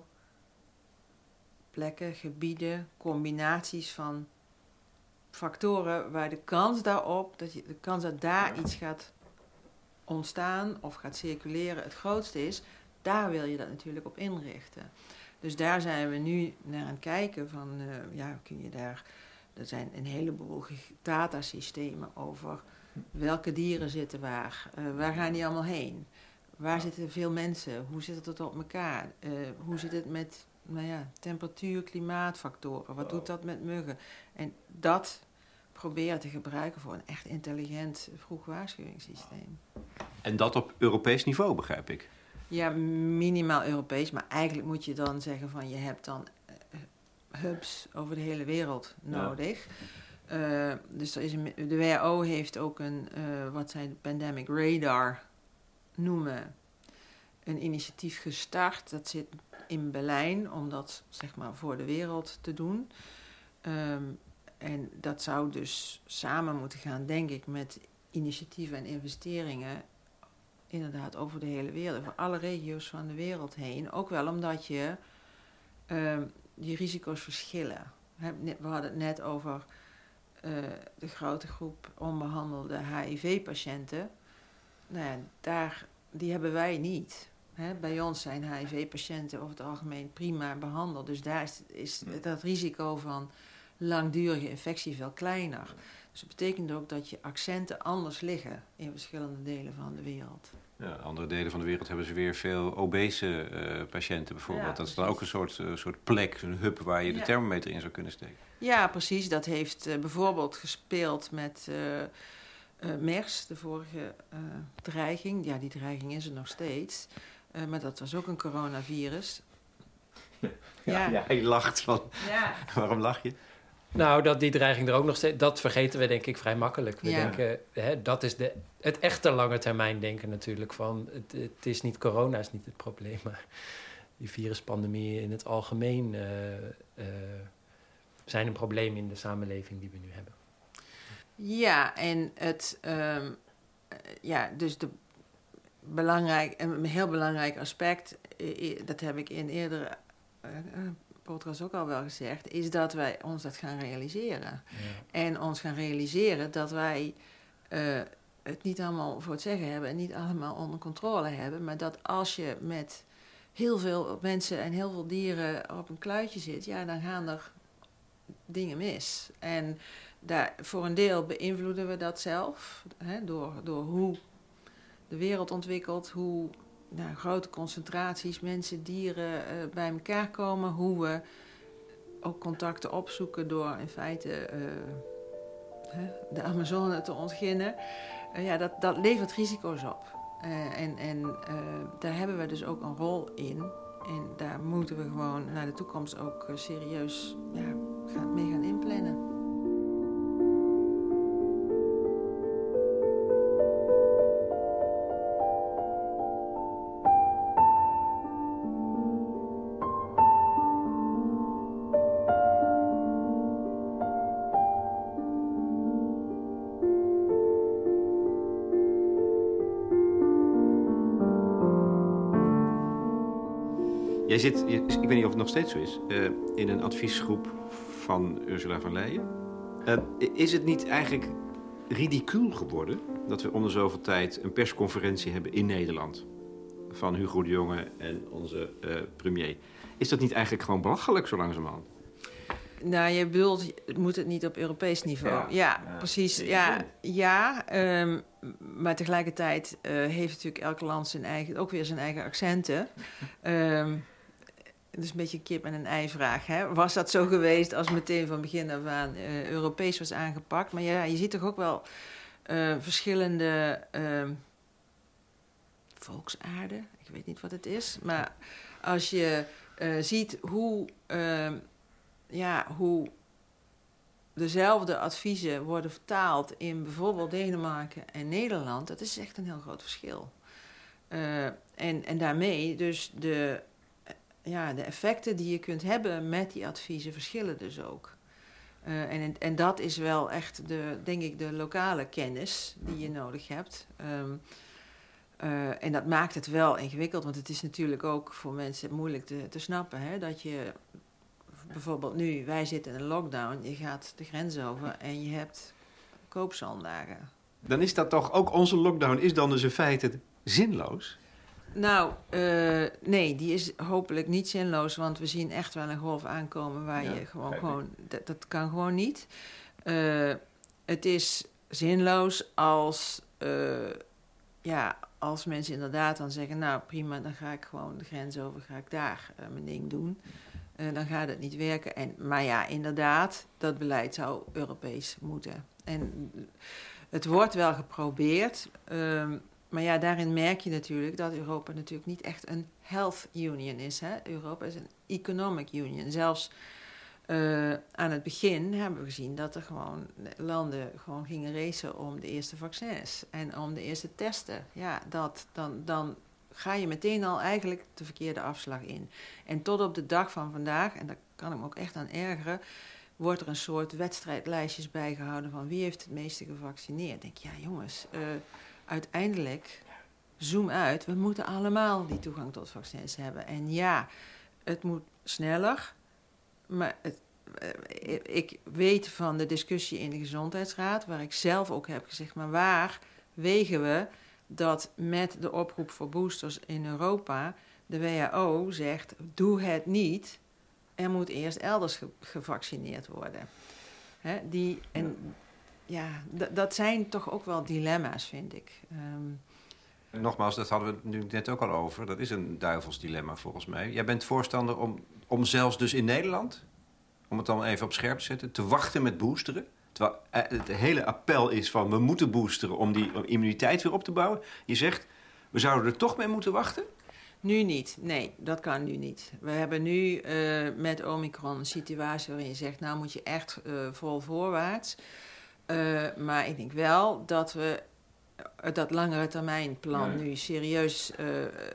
plekken, gebieden, combinaties van factoren waar de kans daarop, dat je, de kans dat daar iets gaat ontstaan of gaat circuleren het grootste is, daar wil je dat natuurlijk op inrichten. Dus daar zijn we nu naar aan het kijken van, uh, ja, kun je daar, er zijn een heleboel datasystemen over welke dieren zitten waar, uh, waar gaan die allemaal heen, waar zitten veel mensen, hoe zit het op elkaar, uh, hoe zit het met nou ja, temperatuur, klimaatfactoren. Wat doet dat met muggen? En dat proberen te gebruiken voor een echt intelligent vroegwaarschuwingssysteem. En dat op Europees niveau, begrijp ik? Ja, minimaal Europees. Maar eigenlijk moet je dan zeggen van je hebt dan uh, hubs over de hele wereld nodig. Ja. Uh, dus er is een, de W H O heeft ook een, uh, wat zij de Pandemic Radar noemen, een initiatief gestart. Dat zit in Berlijn, om dat zeg maar voor de wereld te doen. Um, en dat zou dus samen moeten gaan, denk ik, met initiatieven en investeringen, inderdaad over de hele wereld, over alle regio's van de wereld heen. Ook wel omdat je um, die risico's verschillen. We hadden het net over uh, de grote groep onbehandelde H I V-patiënten. Nou ja, daar, die hebben wij niet. Hè, bij ons zijn H I V-patiënten over het algemeen prima behandeld. Dus daar is, is dat risico van langdurige infectie veel kleiner. Dus dat betekent ook dat je accenten anders liggen in verschillende delen van de wereld. Ja, in andere delen van de wereld hebben ze weer veel obese uh, patiënten bijvoorbeeld. Ja, dat is dan ook een soort, uh, soort plek, een hub waar je de ja. thermometer in zou kunnen steken. Ja, precies. Dat heeft uh, bijvoorbeeld gespeeld met uh, uh, MERS, de vorige uh, dreiging. Ja, die dreiging is er nog steeds. Uh, maar dat was ook een coronavirus. Ja, ja. ja je lacht van. Ja. Waarom lach je? Nou, dat die dreiging er ook nog steeds... Dat vergeten we denk ik vrij makkelijk. We ja. denken, hè, dat is de, het echte lange termijn denken natuurlijk. Van het, het is niet corona, is niet het probleem. Maar die viruspandemieën in het algemeen uh, uh, zijn een probleem in de samenleving die we nu hebben. Ja, en het... Um, ja, dus de belangrijk, een heel belangrijk aspect... dat heb ik in eerdere... Uh, podcast ook al wel gezegd, is dat wij ons dat gaan realiseren. Ja. En ons gaan realiseren dat wij uh, het niet allemaal voor het zeggen hebben en niet allemaal onder controle hebben, maar dat als je met heel veel mensen en heel veel dieren op een kluitje zit, ja, dan gaan er dingen mis. En daar, voor een deel beïnvloeden we dat zelf, hè, door, door hoe de wereld ontwikkelt, hoe nou, grote concentraties mensen, dieren uh, bij elkaar komen. Hoe we ook contacten opzoeken door in feite uh, hè, de Amazone te ontginnen. Uh, ja, dat, dat levert risico's op. Uh, en en uh, daar hebben we dus ook een rol in. En daar moeten we gewoon naar de toekomst ook uh, serieus ja, gaan, mee gaan inplannen. Jij zit, ik weet niet of het nog steeds zo is, uh, in een adviesgroep van Ursula von Leyen. Uh, is het niet eigenlijk ridicuul geworden dat we om de zoveel tijd een persconferentie hebben in Nederland van Hugo de Jonge en onze uh, premier? Is dat niet eigenlijk gewoon belachelijk zo langzamerhand? Nou, je bedoelt, moet het niet op Europees niveau? Ja, ja, ja precies. Ja, ja um, maar tegelijkertijd uh, heeft natuurlijk elk land zijn eigen, ook weer zijn eigen accenten. Um, Het is een beetje een kip en een ei vraag. Hè? Was dat zo geweest als meteen van begin af aan uh, Europees was aangepakt? Maar ja, je ziet toch ook wel uh, verschillende uh, volksaarden. Ik weet niet wat het is. Maar als je uh, ziet hoe, uh, ja, hoe dezelfde adviezen worden vertaald in bijvoorbeeld Denemarken en Nederland, dat is echt een heel groot verschil. Uh, en, en daarmee dus de... Ja, de effecten die je kunt hebben met die adviezen verschillen dus ook. Uh, en, en dat is wel echt, de, denk ik, de lokale kennis die je nodig hebt. Um, uh, en dat maakt het wel ingewikkeld, want het is natuurlijk ook voor mensen moeilijk te, te snappen. Hè? Dat je bijvoorbeeld nu, wij zitten in een lockdown, je gaat de grens over en je hebt koopzondagen. Dan is dat toch, ook onze lockdown is dan dus in feite zinloos? Nou, uh, nee, die is hopelijk niet zinloos, want we zien echt wel een golf aankomen waar ja, je gewoon, gewoon dat, dat kan gewoon niet. Uh, het is zinloos als, uh, ja, als mensen inderdaad dan zeggen, nou prima, dan ga ik gewoon de grens over, ga ik daar uh, mijn ding doen. Uh, dan gaat het niet werken. En, maar ja, inderdaad, dat beleid zou Europees moeten. En het wordt wel geprobeerd. Uh, Maar ja, daarin merk je natuurlijk dat Europa natuurlijk niet echt een health union is. Hè? Europa is een economic union. Zelfs uh, aan het begin hebben we gezien dat er gewoon landen gewoon gingen racen om de eerste vaccins en om de eerste testen. Ja, dat, dan, dan ga je meteen al eigenlijk de verkeerde afslag in. En tot op de dag van vandaag, en daar kan ik me ook echt aan ergeren, wordt er een soort wedstrijdlijstjes bijgehouden van wie heeft het meeste gevaccineerd. Ik denk, ja jongens, uh, uiteindelijk, zoom uit, we moeten allemaal die toegang tot vaccins hebben. En ja, het moet sneller, maar het, uh, ik weet van de discussie in de Gezondheidsraad, waar ik zelf ook heb gezegd, maar waar wegen we dat met de oproep voor boosters in Europa de W H O zegt, doe het niet. Er moet eerst elders ge- gevaccineerd worden. Hè, die, en ja, d- dat zijn toch ook wel dilemma's, vind ik. Um, Nogmaals, dat hadden we het nu net ook al over. Dat is een duivels dilemma volgens mij. Jij bent voorstander om, om zelfs dus in Nederland, om het dan even op scherp te zetten, te wachten met boosteren. Terwijl het hele appel is van we moeten boosteren om die immuniteit weer op te bouwen. Je zegt, we zouden er toch mee moeten wachten? Nu niet. Nee, dat kan nu niet. We hebben nu uh, met Omicron een situatie waarin je zegt, nou moet je echt uh, vol voorwaarts. Uh, maar ik denk wel dat we dat langere termijn plan nu serieus uh,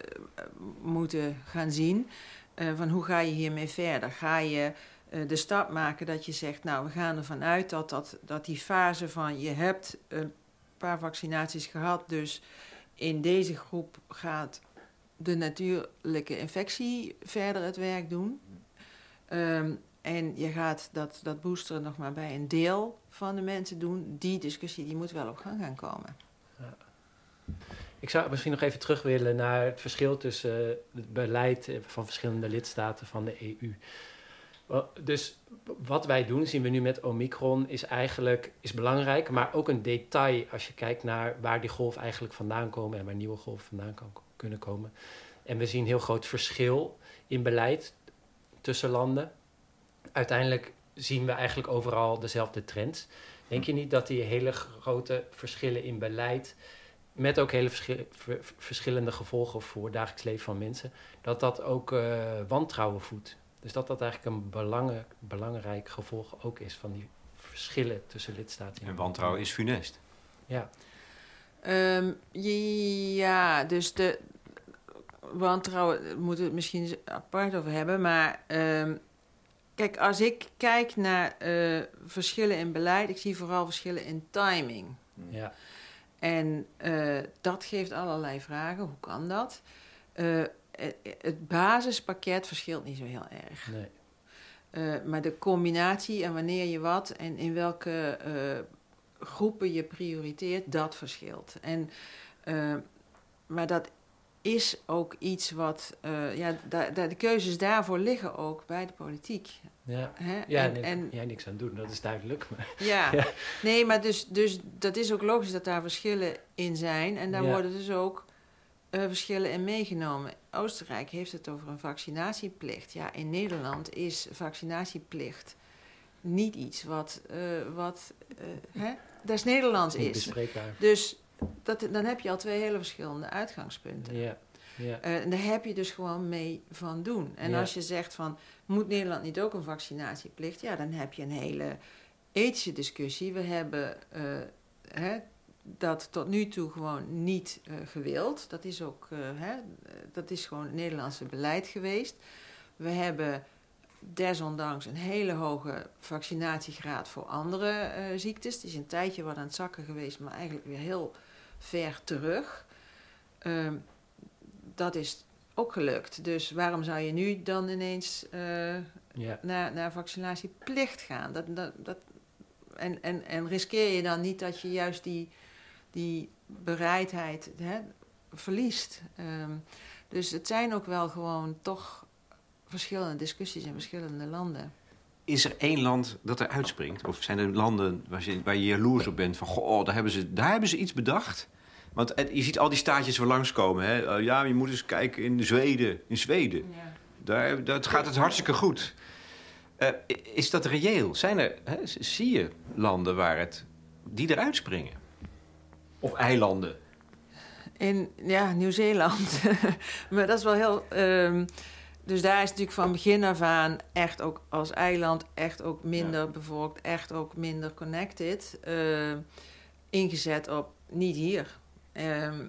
moeten gaan zien. Uh, van hoe ga je hiermee verder? Ga je uh, de stap maken dat je zegt, nou we gaan ervan uit dat, dat, dat die fase van je hebt een paar vaccinaties gehad, dus in deze groep gaat de natuurlijke infectie verder het werk doen. Um, en je gaat dat, dat boosteren nog maar bij een deel van de mensen doen. Die discussie die moet wel op gang gaan komen. Ja. Ik zou misschien nog even terug willen naar het verschil tussen uh, het beleid van verschillende lidstaten van de E U. Dus wat wij doen, zien we nu met Omicron, is eigenlijk is belangrijk, maar ook een detail als je kijkt naar waar die golf eigenlijk vandaan komen en waar nieuwe golven vandaan kan, kunnen komen. En we zien een heel groot verschil in beleid tussen landen. Uiteindelijk zien we eigenlijk overal dezelfde trends. Denk je niet dat die hele grote verschillen in beleid, met ook hele verschil, ver, verschillende gevolgen voor het dagelijks leven van mensen, dat dat ook uh, wantrouwen voedt? Dus dat dat eigenlijk een belangrijk, belangrijk gevolg ook is van die verschillen tussen lidstaten. En wantrouwen is funest. Ja. Um, ja, dus de wantrouwen, daar moeten we het misschien apart over hebben. Maar um, kijk, als ik kijk naar uh, verschillen in beleid, ik zie vooral verschillen in timing. Ja. En uh, dat geeft allerlei vragen. Hoe kan dat? Uh, Het basispakket verschilt niet zo heel erg. Nee. Uh, maar de combinatie en wanneer je wat en in welke uh, groepen je prioriteert, dat verschilt. En, uh, maar dat is ook iets wat... Uh, ja, da, da, de keuzes daarvoor liggen ook bij de politiek. Ja, Hè? ja en, en, en, jij niks aan doen, dat is duidelijk. Maar ja. ja, nee, maar dus, dus dat is ook logisch dat daar verschillen in zijn. En daar ja. worden dus ook uh, verschillen in meegenomen. Oostenrijk heeft het over een vaccinatieplicht. Ja, in Nederland is vaccinatieplicht niet iets wat, uh, wat uh, hè, des Nederlands is. Bespreekbaar. Dus dat, dan heb je al twee hele verschillende uitgangspunten. Ja. Ja. Uh, en daar heb je dus gewoon mee van doen. En ja. als je zegt van, moet Nederland niet ook een vaccinatieplicht? Ja, dan heb je een hele ethische discussie. We hebben uh, hè, dat tot nu toe gewoon niet uh, gewild. Dat is ook, uh, hè, dat is gewoon het Nederlandse beleid geweest. We hebben desondanks een hele hoge vaccinatiegraad voor andere uh, ziektes. Het is een tijdje wat aan het zakken geweest, maar eigenlijk weer heel ver terug. Uh, dat is ook gelukt. Dus waarom zou je nu dan ineens uh, ja. naar, naar vaccinatieplicht gaan? Dat, dat, dat, en, en, en riskeer je dan niet dat je juist die, die bereidheid hè, verliest? Um, dus het zijn ook wel gewoon toch verschillende discussies in verschillende landen. Is er één land dat er uitspringt? Of zijn er landen waar je, waar je jaloers op bent? Van, goh, daar hebben ze, daar hebben ze iets bedacht. Want je ziet al die staatjes weer langskomen. Hè? Uh, ja, je moet eens kijken in Zweden. In Zweden. Ja. Daar, daar gaat het hartstikke goed. Uh, is dat reëel? Zijn er, hè, zie je landen waar het, die eruit springen? Of eilanden? In, ja, Nieuw-Zeeland. Maar dat is wel heel... Um, dus daar is natuurlijk van begin af aan echt ook als eiland... echt ook minder ja. bevolkt, echt ook minder connected. Uh, ingezet op niet hier. Um,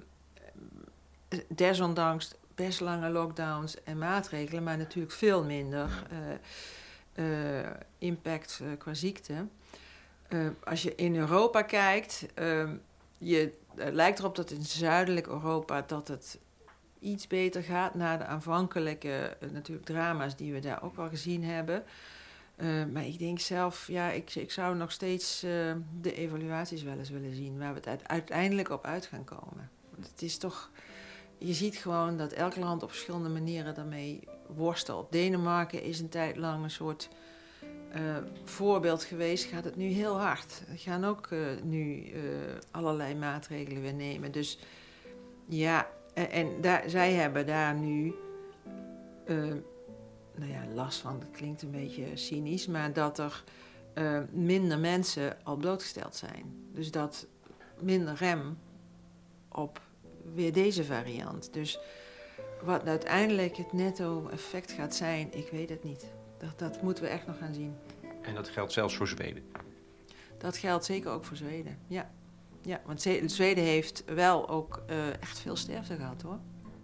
desondanks best lange lockdowns en maatregelen... maar natuurlijk veel minder uh, uh, impact uh, qua ziekte. Uh, als je in Europa kijkt... Uh, je, uh, lijkt erop dat in zuidelijk Europa... dat het iets beter gaat... na de aanvankelijke uh, natuurlijk drama's... die we daar ook wel gezien hebben... Uh, maar ik denk zelf, ja, ik, ik zou nog steeds uh, de evaluaties wel eens willen zien... waar we het uiteindelijk op uit gaan komen. Het is toch... Je ziet gewoon dat elk land op verschillende manieren daarmee worstelt. Denemarken is een tijd lang een soort uh, voorbeeld geweest. Gaat het nu heel hard. Er gaan ook uh, nu uh, allerlei maatregelen weer nemen. Dus ja, en, en daar, zij hebben daar nu... Uh, nou ja, last van, dat klinkt een beetje cynisch... maar dat er uh, minder mensen al blootgesteld zijn. Dus dat minder rem op... weer deze variant. Dus wat uiteindelijk het netto-effect gaat zijn, ik weet het niet. Dat, dat moeten we echt nog gaan zien. En dat geldt zelfs voor Zweden? Dat geldt zeker ook voor Zweden, ja. Ja, want Zweden heeft wel ook uh, echt veel sterfte gehad, hoor.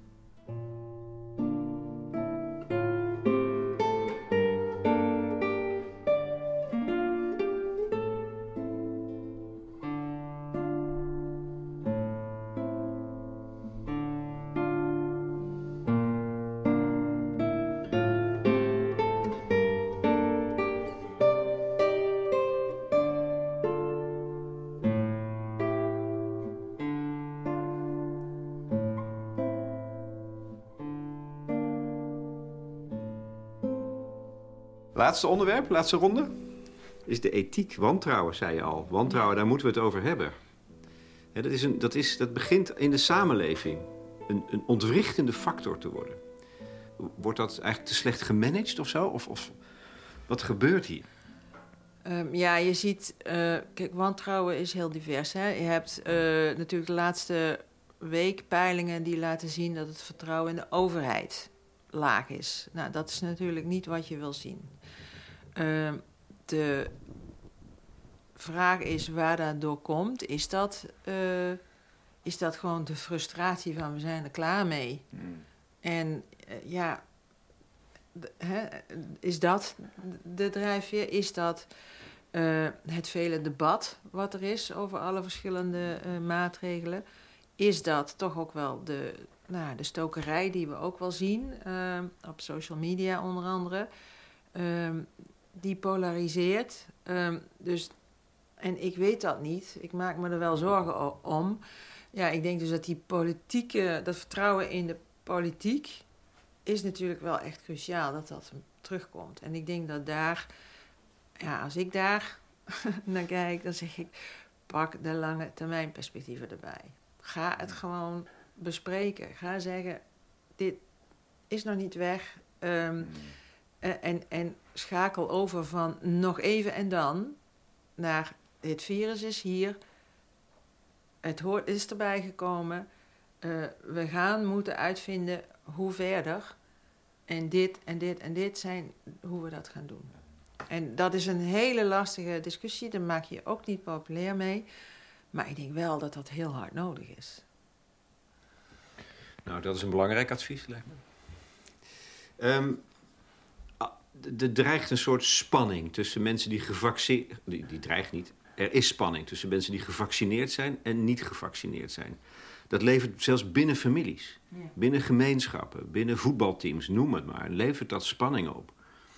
Laatste onderwerp, laatste ronde, is de ethiek. Wantrouwen, zei je al. Wantrouwen, daar moeten we het over hebben. Ja, dat, is een, dat, is, dat begint in de samenleving een, een ontwrichtende factor te worden. Wordt dat eigenlijk te slecht gemanaged of zo? Of, of wat gebeurt hier? Um, ja, je ziet... Uh, kijk, wantrouwen is heel divers. Hè? Je hebt uh, natuurlijk de laatste week peilingen die laten zien... dat het vertrouwen in de overheid laag is. Nou, dat is natuurlijk niet wat je wil zien. Uh, de vraag is waar dat door komt. Is dat, uh, is dat gewoon de frustratie van we zijn er klaar mee? Mm. En uh, ja, de, hè, is dat de drijfveer? Is dat uh, het vele debat wat er is over alle verschillende uh, maatregelen? Is dat toch ook wel de, nou, de stokerij die we ook wel zien, uh, op social media onder andere, uh, die polariseert. Uh, dus, en ik weet dat niet, ik maak me er wel zorgen om. Ja, ik denk dus dat die politieke, dat vertrouwen in de politiek is natuurlijk wel echt cruciaal, dat dat terugkomt. En ik denk dat daar, ja, als ik daar naar kijk, dan zeg ik, pak de lange termijn perspectieven erbij. Ga het gewoon bespreken. Ga zeggen, dit is nog niet weg. Um, en, en schakel over van nog even en dan naar dit virus is hier. Het hoort, is erbij gekomen. Uh, we gaan moeten uitvinden hoe verder. En dit en dit en dit zijn hoe we dat gaan doen. En dat is een hele lastige discussie. Daar maak je je ook niet populair mee. Maar ik denk wel dat dat heel hard nodig is. Nou, dat is een belangrijk advies, lijkt me. Um, er dreigt een soort spanning tussen mensen die gevaccineerd... Die, die dreigt niet. Er is spanning tussen mensen die gevaccineerd zijn en niet gevaccineerd zijn. Dat levert zelfs binnen families, ja. binnen gemeenschappen, binnen voetbalteams, noem het maar. Levert dat spanning op.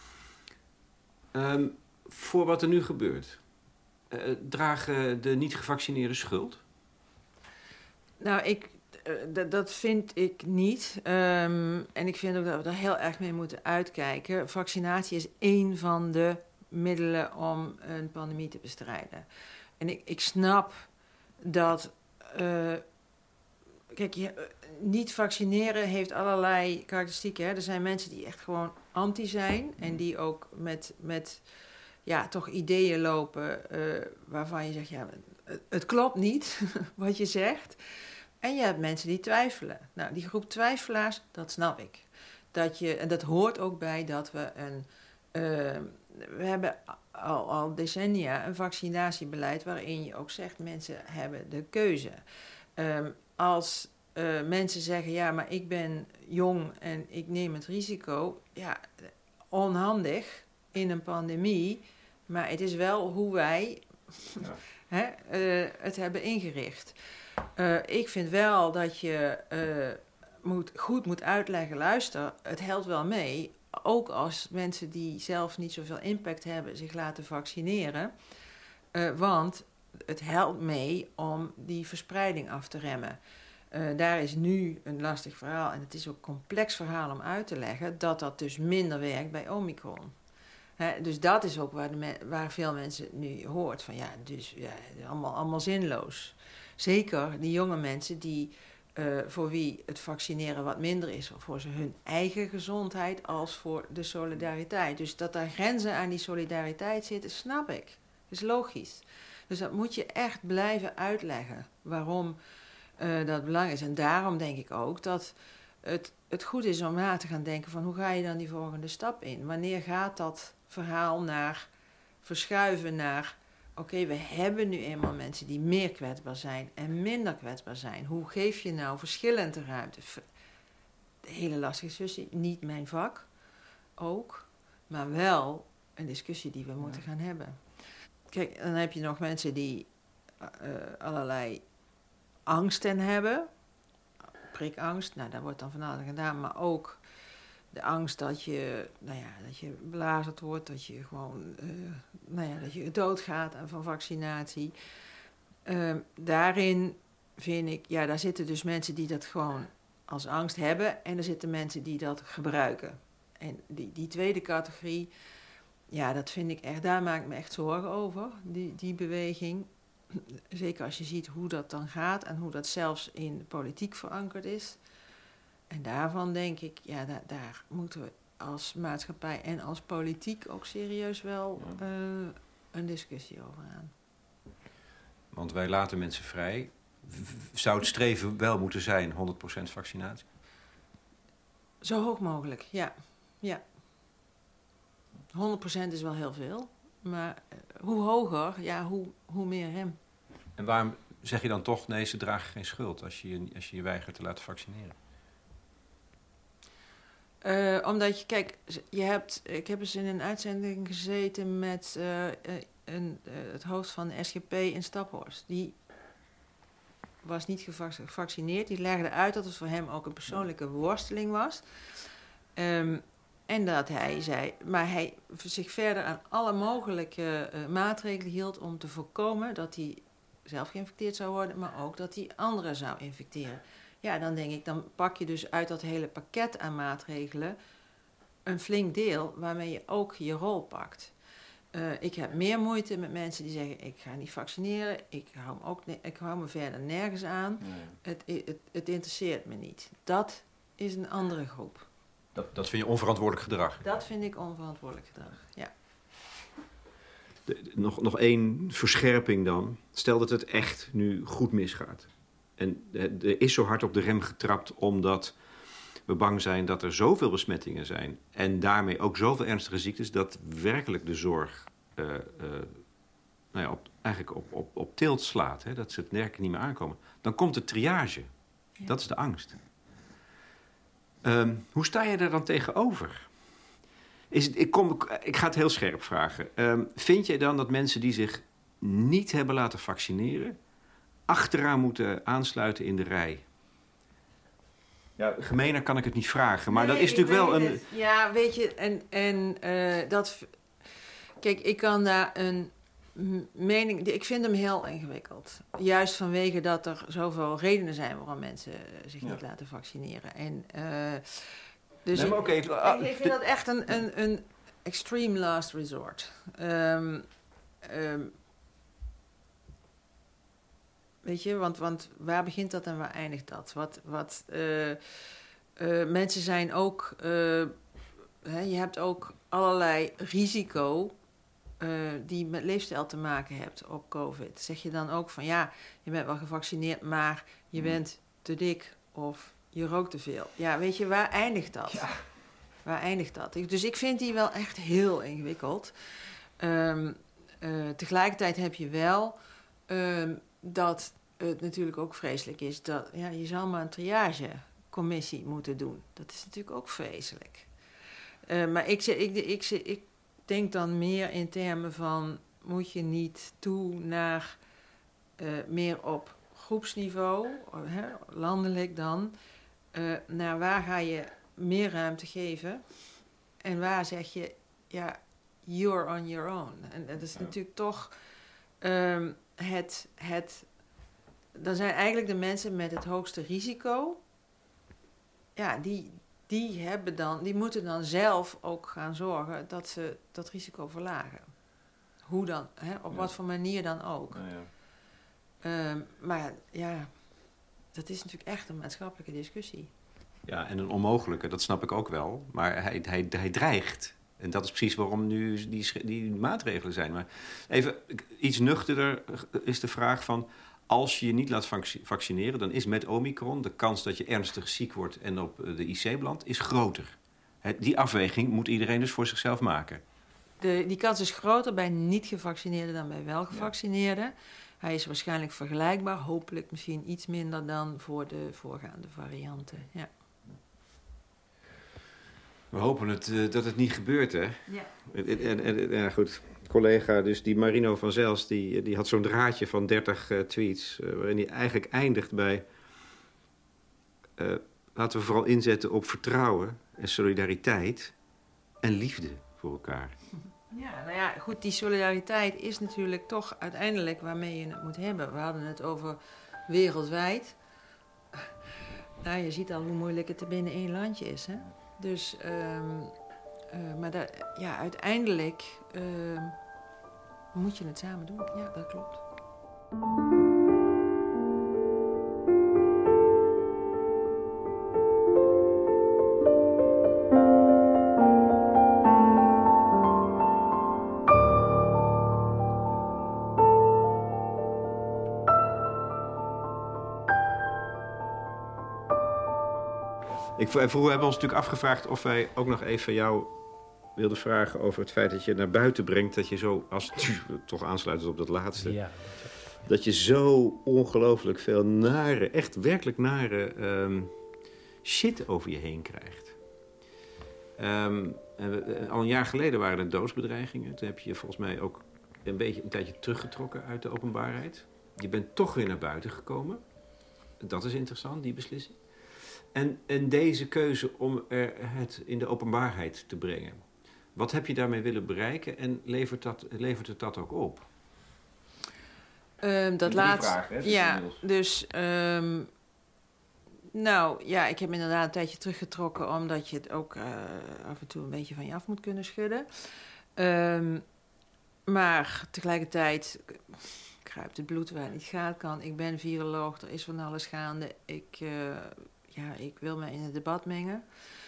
Um, voor wat er nu gebeurt... Uh, dragen de niet-gevaccineerden schuld? Nou, ik, uh, d- dat vind ik niet. Um, en ik vind ook dat we er heel erg mee moeten uitkijken. Vaccinatie is één van de middelen om een pandemie te bestrijden. En ik, ik snap dat... Uh, kijk, je, uh, niet vaccineren heeft allerlei karakteristieken. Hè? Er zijn mensen die echt gewoon anti zijn. En die ook met... met ja, toch ideeën lopen uh, waarvan je zegt, ja, het, het klopt niet wat je zegt. En je hebt mensen die twijfelen. Nou, die groep twijfelaars, dat snap ik. Dat je, en dat hoort ook bij dat we een... Uh, we hebben al, al decennia een vaccinatiebeleid waarin je ook zegt, mensen hebben de keuze. Um, als uh, mensen zeggen, ja, maar ik ben jong en ik neem het risico. Ja, onhandig in een pandemie, maar het is wel hoe wij ja. hè, uh, het hebben ingericht. Uh, ik vind wel dat je uh, moet, goed moet uitleggen, luister, het helpt wel mee, ook als mensen die zelf niet zoveel impact hebben zich laten vaccineren, uh, want het helpt mee om die verspreiding af te remmen. Uh, daar is nu een lastig verhaal, en het is ook een complex verhaal om uit te leggen, dat dat dus minder werkt bij Omicron. He, dus dat is ook waar, de me- waar veel mensen nu hoort van ja, dus ja, allemaal, allemaal zinloos. Zeker die jonge mensen die, uh, voor wie het vaccineren wat minder is, voor ze hun eigen gezondheid als voor de solidariteit. Dus dat daar grenzen aan die solidariteit zitten, snap ik. Dat is logisch. Dus dat moet je echt blijven uitleggen waarom uh, dat belangrijk is. En daarom denk ik ook dat het, het goed is om na te gaan denken van hoe ga je dan die volgende stap in? Wanneer gaat dat verhaal naar verschuiven naar oké, okay, we hebben nu eenmaal mensen die meer kwetsbaar zijn en minder kwetsbaar zijn. Hoe geef je nou verschillende ruimte? De hele lastige discussie, niet mijn vak, ook, maar wel een discussie die we moeten gaan hebben. Kijk, dan heb je nog mensen die uh, allerlei angsten hebben. Prikangst, nou daar wordt dan van alles gedaan, maar ook de angst dat je, nou ja, dat je belazerd wordt, dat je gewoon, uh, nou ja, dat je doodgaat van vaccinatie. Uh, daarin vind ik, ja, daar zitten dus mensen die dat gewoon als angst hebben en er zitten mensen die dat gebruiken. En die, die tweede categorie, ja, dat vind ik echt, daar maak ik me echt zorgen over, die, die beweging. Zeker als je ziet hoe dat dan gaat en hoe dat zelfs in de politiek verankerd is. En daarvan denk ik, ja, daar, daar moeten we als maatschappij en als politiek ook serieus wel uh, een discussie over aan. Want wij laten mensen vrij. Zou het streven wel moeten zijn honderd procent vaccinatie? Zo hoog mogelijk, ja. ja. honderd procent is wel heel veel. Maar hoe hoger, ja, hoe, hoe meer hem. En waarom zeg je dan toch, nee, ze dragen geen schuld als je als je, je weigert te laten vaccineren? Uh, omdat je, kijk, je hebt, ik heb eens in een uitzending gezeten met uh, een, uh, het hoofd van de S G P in Staphorst. Die was niet gevaccineerd. Die legde uit dat het voor hem ook een persoonlijke worsteling was. Um, en dat hij zei, maar hij zich verder aan alle mogelijke uh, maatregelen hield om te voorkomen dat hij zelf geïnfecteerd zou worden, maar ook dat hij anderen zou infecteren. Ja, dan denk ik, dan pak je dus uit dat hele pakket aan maatregelen een flink deel waarmee je ook je rol pakt. Uh, ik heb meer moeite met mensen die zeggen, ik ga niet vaccineren, ik hou me, ook ne- ik hou me verder nergens aan, nee. het, het, het interesseert me niet. Dat is een andere groep. Dat, dat vind je onverantwoordelijk gedrag? Dat vind ik onverantwoordelijk gedrag, ja. De, de, nog, nog één verscherping dan. Stel dat het echt nu goed misgaat. En er is zo hard op de rem getrapt omdat we bang zijn dat er zoveel besmettingen zijn. En daarmee ook zoveel ernstige ziektes dat werkelijk de zorg uh, uh, nou ja, op, eigenlijk op, op, op tilt slaat. Hè, dat ze het werkelijk niet meer aankomen. Dan komt de triage. Ja. Dat is de angst. Um, hoe sta je daar dan tegenover? Is het, ik, kom, ik ga het heel scherp vragen. Um, vind jij dan dat mensen die zich niet hebben laten vaccineren achteraan moeten aansluiten in de rij? Ja, gemener kan ik het niet vragen, maar nee, dat is natuurlijk wel een... Het. Ja, weet je, en, en uh, dat... Kijk, ik kan daar een mening... Ik vind hem heel ingewikkeld. Juist vanwege dat er zoveel redenen zijn waarom mensen zich ja. niet laten vaccineren. En... Uh, dus nee, maar ik, okay, uh, ik, ik vind de... dat echt een, een, een extreme last resort. Um, um, Weet je, want, want waar begint dat en waar eindigt dat? Wat, wat, uh, uh, mensen zijn ook... Uh, hè, je hebt ook allerlei risico uh, die met leefstijl te maken hebt op COVID. Zeg je dan ook van ja, je bent wel gevaccineerd, maar je bent te dik of je rookt te veel. Ja, weet je, waar eindigt dat? Ja. Waar eindigt dat? Dus ik vind die wel echt heel ingewikkeld. Um, uh, tegelijkertijd heb je wel... Um, dat het natuurlijk ook vreselijk is dat ja, je zal maar een triagecommissie moeten doen. Dat is natuurlijk ook vreselijk. Uh, maar ik, ik, ik, ik denk dan meer in termen van moet je niet toe naar uh, meer op groepsniveau, hè, landelijk dan, uh, naar waar ga je meer ruimte geven en waar zeg je ja, you're on your own. En dat is ja. natuurlijk toch um, het, het dan zijn eigenlijk de mensen met het hoogste risico... Ja, die, die, hebben dan, die moeten dan zelf ook gaan zorgen dat ze dat risico verlagen. Hoe dan, hè? Op ja. wat voor manier dan ook. Nou ja. Um, maar ja, dat is natuurlijk echt een maatschappelijke discussie. Ja, en een onmogelijke, dat snap ik ook wel. Maar hij, hij, hij dreigt. En dat is precies waarom nu die, die maatregelen zijn. Maar even iets nuchterder is de vraag van... als je je niet laat vaccineren, dan is met Omicron... de kans dat je ernstig ziek wordt en op de I C belandt, is groter. Die afweging moet iedereen dus voor zichzelf maken. De, die kans is groter bij niet-gevaccineerden dan bij wel-gevaccineerden. Ja. Hij is waarschijnlijk vergelijkbaar, hopelijk misschien iets minder dan voor de voorgaande varianten. Ja. We hopen het, uh, dat het niet gebeurt, hè? Ja. En, en, en, ja, goed. Collega, dus die Marino van Zels, die, die had zo'n draadje van dertig uh, tweets... Uh, waarin hij eigenlijk eindigt bij... Uh, laten we vooral inzetten op vertrouwen en solidariteit... en liefde voor elkaar. Ja, nou ja, goed, die solidariteit is natuurlijk toch uiteindelijk waarmee je het moet hebben. We hadden het over wereldwijd. Nou, je ziet al hoe moeilijk het er binnen één landje is, hè? Dus, um, uh, maar dat, ja, uiteindelijk uh, moet je het samen doen. Ja, dat klopt. Ik, vroeger hebben we ons natuurlijk afgevraagd of wij ook nog even jou wilden vragen over het feit dat je naar buiten brengt, dat je zo, als toch aansluitend op dat laatste, ja. dat je zo ongelooflijk veel nare, echt werkelijk nare um, shit over je heen krijgt. Um, en, al een jaar geleden waren er doodsbedreigingen. Toen heb je je volgens mij ook een beetje een tijdje teruggetrokken uit de openbaarheid. Je bent toch weer naar buiten gekomen. Dat is interessant, die beslissing. En, en deze keuze om er het in de openbaarheid te brengen. Wat heb je daarmee willen bereiken en levert, dat, levert het dat ook op? Um, dat laat. Ja, dus. Um, nou ja, ik heb inderdaad een tijdje teruggetrokken, omdat je het ook uh, af en toe een beetje van je af moet kunnen schudden. Um, maar tegelijkertijd kruipt het bloed waar het niet gaat kan. Ik ben viroloog, er is van alles gaande. Ik. Uh, Ja, ik wil me in het debat mengen.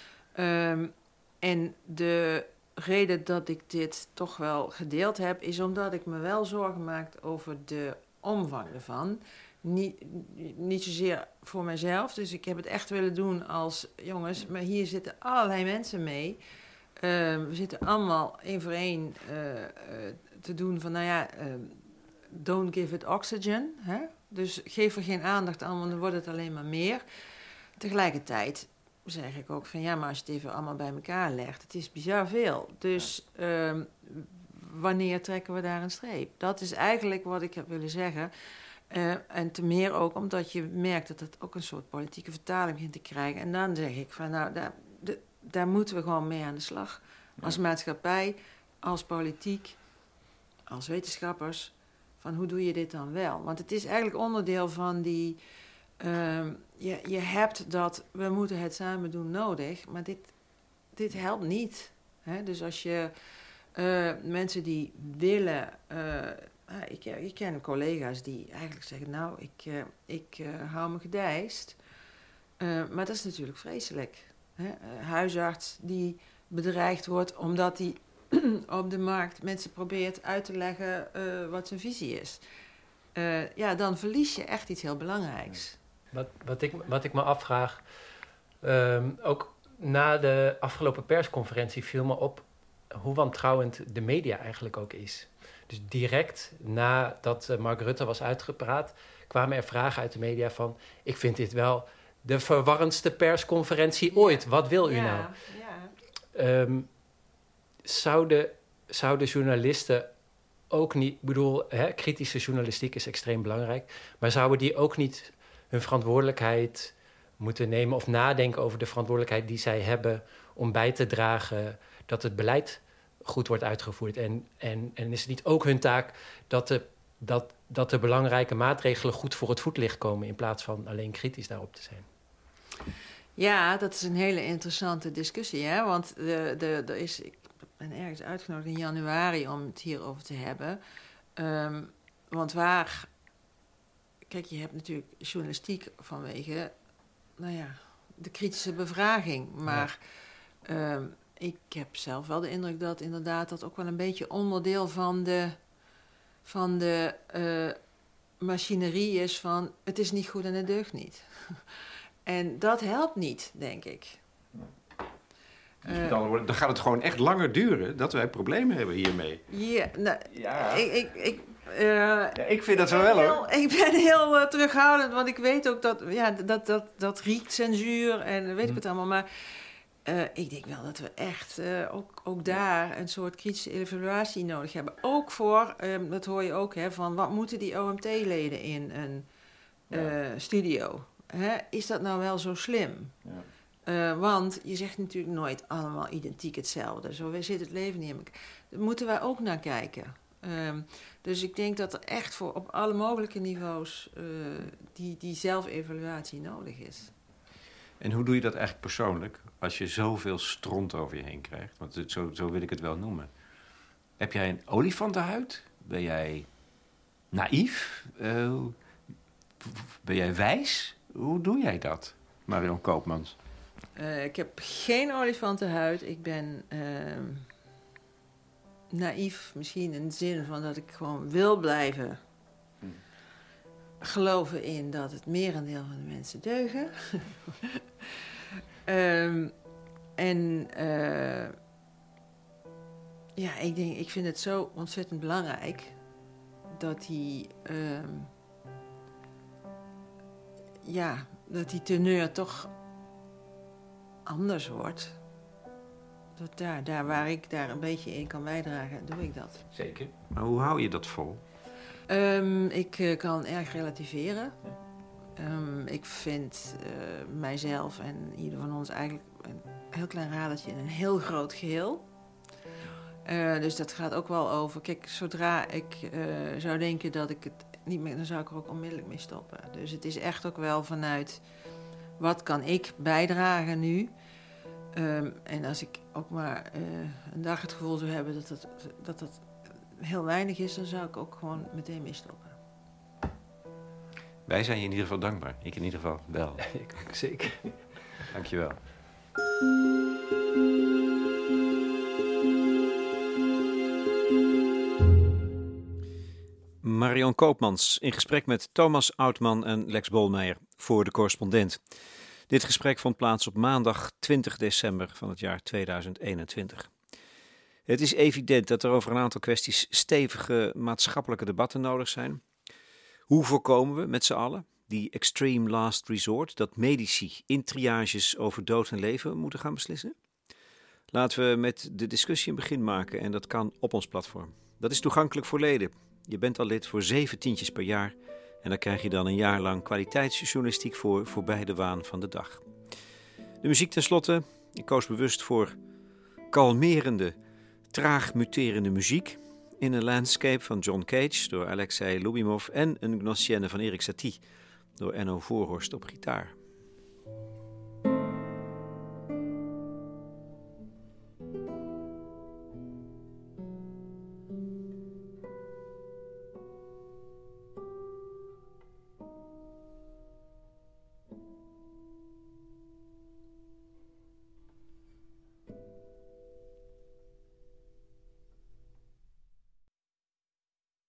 Um, en de reden dat ik dit toch wel gedeeld heb, is omdat ik me wel zorgen maak over de omvang ervan. Niet, niet zozeer voor mezelf, dus ik heb het echt willen doen als jongens, maar hier zitten allerlei mensen mee. Um, we zitten allemaal één voor één uh, uh, te doen van, nou ja, uh, don't give it oxygen. Hè? Dus geef er geen aandacht aan, want dan wordt het alleen maar meer. Tegelijkertijd zeg ik ook van ja, maar als je het even allemaal bij elkaar legt, het is bizar veel. Dus um, wanneer trekken we daar een streep? Dat is eigenlijk wat ik heb willen zeggen. Uh, en te meer ook omdat je merkt dat het ook een soort politieke vertaling begint te krijgen. En dan zeg ik van nou, daar, de, daar moeten we gewoon mee aan de slag. Als maatschappij, als politiek, als wetenschappers. Van hoe doe je dit dan wel? Want het is eigenlijk onderdeel van die... Um, je, je hebt dat, we moeten het samen doen nodig, maar dit, dit helpt niet. Hè? Dus als je uh, mensen die willen... Uh, uh, ik, ik ken collega's die eigenlijk zeggen, nou, ik, uh, ik uh, hou me gedijst. Uh, maar dat is natuurlijk vreselijk. Hè? Uh, huisarts die bedreigd wordt omdat hij op de markt mensen probeert uit te leggen uh, wat zijn visie is. Uh, ja, dan verlies je echt iets heel belangrijks. Wat, wat, ik, wat ik me afvraag, um, ook na de afgelopen persconferentie viel me op hoe wantrouwend de media eigenlijk ook is. Dus direct nadat uh, Mark Rutte was uitgepraat, kwamen er vragen uit de media van, ik vind dit wel de verwarrendste persconferentie ja. ooit. Wat wil u ja, nou? Ja. Um, zouden, zouden journalisten ook niet, ik bedoel, hè, kritische journalistiek is extreem belangrijk, maar zouden die ook niet hun verantwoordelijkheid moeten nemen of nadenken over de verantwoordelijkheid die zij hebben om bij te dragen dat het beleid goed wordt uitgevoerd? En, en, en is het niet ook hun taak dat de dat, dat de belangrijke maatregelen goed voor het voetlicht komen in plaats van alleen kritisch daarop te zijn. Ja, dat is een hele interessante discussie. Hè? Want de, de, de is, ik ben ergens uitgenodigd in januari om het hierover te hebben. Um, want waar... Kijk, je hebt natuurlijk journalistiek vanwege... Nou ja, de kritische bevraging. Maar ja. um, ik heb zelf wel de indruk dat inderdaad... dat ook wel een beetje onderdeel van de... van de uh, machinerie is van... het is niet goed en het deugt niet. En dat helpt niet, denk ik. Dus dan, wordt, dan gaat het gewoon echt langer duren dat wij problemen hebben hiermee. Ja, nou, ja. Ik, ik, ik, uh, ja, ik vind dat wel hoor. Ik ben heel uh, terughoudend, want ik weet ook dat ja, dat, dat, dat riekt censuur en weet hm. ik het allemaal. Maar uh, ik denk wel dat we echt uh, ook, ook daar een soort kritische evaluatie nodig hebben. Ook voor, um, dat hoor je ook, hè, van wat moeten die O M T-leden in een uh, ja. studio? Hè? Is dat nou wel zo slim? Ja. Uh, want je zegt natuurlijk nooit allemaal identiek hetzelfde. Zo zit het leven niet in elkaar. Daar moeten wij ook naar kijken. Um, dus ik denk dat er echt voor op alle mogelijke niveaus uh, die, die zelfevaluatie nodig is. En hoe doe je dat eigenlijk persoonlijk als je zoveel stront over je heen krijgt? Want zo, zo wil ik het wel noemen. Heb jij een olifantenhuid? Ben jij naïef? Uh, ben jij wijs? Hoe doe jij dat, Marion Koopmans? Uh, ik heb geen olifantenhuid. Ik ben uh, naïef, misschien in de zin van dat ik gewoon wil blijven hm. geloven in dat het merendeel van de mensen deugen. um, en uh, ja, ik denk, ik vind het zo ontzettend belangrijk dat die, um, ja, dat die teneur toch anders wordt. Dat daar, daar waar ik daar een beetje in kan bijdragen, doe ik dat. Zeker. Maar hoe hou je dat vol? Um, ik uh, kan erg relativeren. Um, ik vind uh, mijzelf en ieder van ons eigenlijk een heel klein radertje in een heel groot geheel. Uh, dus dat gaat ook wel over... Kijk, zodra ik uh, zou denken dat ik het niet meer... dan zou ik er ook onmiddellijk mee stoppen. Dus het is echt ook wel vanuit... wat kan ik bijdragen nu? Um, en als ik ook maar uh, een dag het gevoel zou hebben dat dat, dat dat heel weinig is... dan zou ik ook gewoon meteen mee stoppen. Wij zijn je in ieder geval dankbaar. Ik in ieder geval wel. Ik ook zeker. Dankjewel. Marion Koopmans in gesprek met Thomas Oudman en Lex Bolmeijer voor De Correspondent. Dit gesprek vond plaats op maandag twintig december van het jaar tweeduizend eenentwintig. Het is evident dat er over een aantal kwesties stevige maatschappelijke debatten nodig zijn. Hoe voorkomen we met z'n allen die extreme last resort, dat medici in triages over dood en leven moeten gaan beslissen? Laten we met de discussie een begin maken en dat kan op ons platform. Dat is toegankelijk voor leden. Je bent al lid voor zeven tientjes per jaar en daar krijg je dan een jaar lang kwaliteitsjournalistiek voor, voorbij de waan van de dag. De muziek tenslotte, ik koos bewust voor kalmerende, traag muterende muziek in een landscape van John Cage door Alexei Lubimov en een Gnossienne van Erik Satie door Enno Voorhorst op gitaar.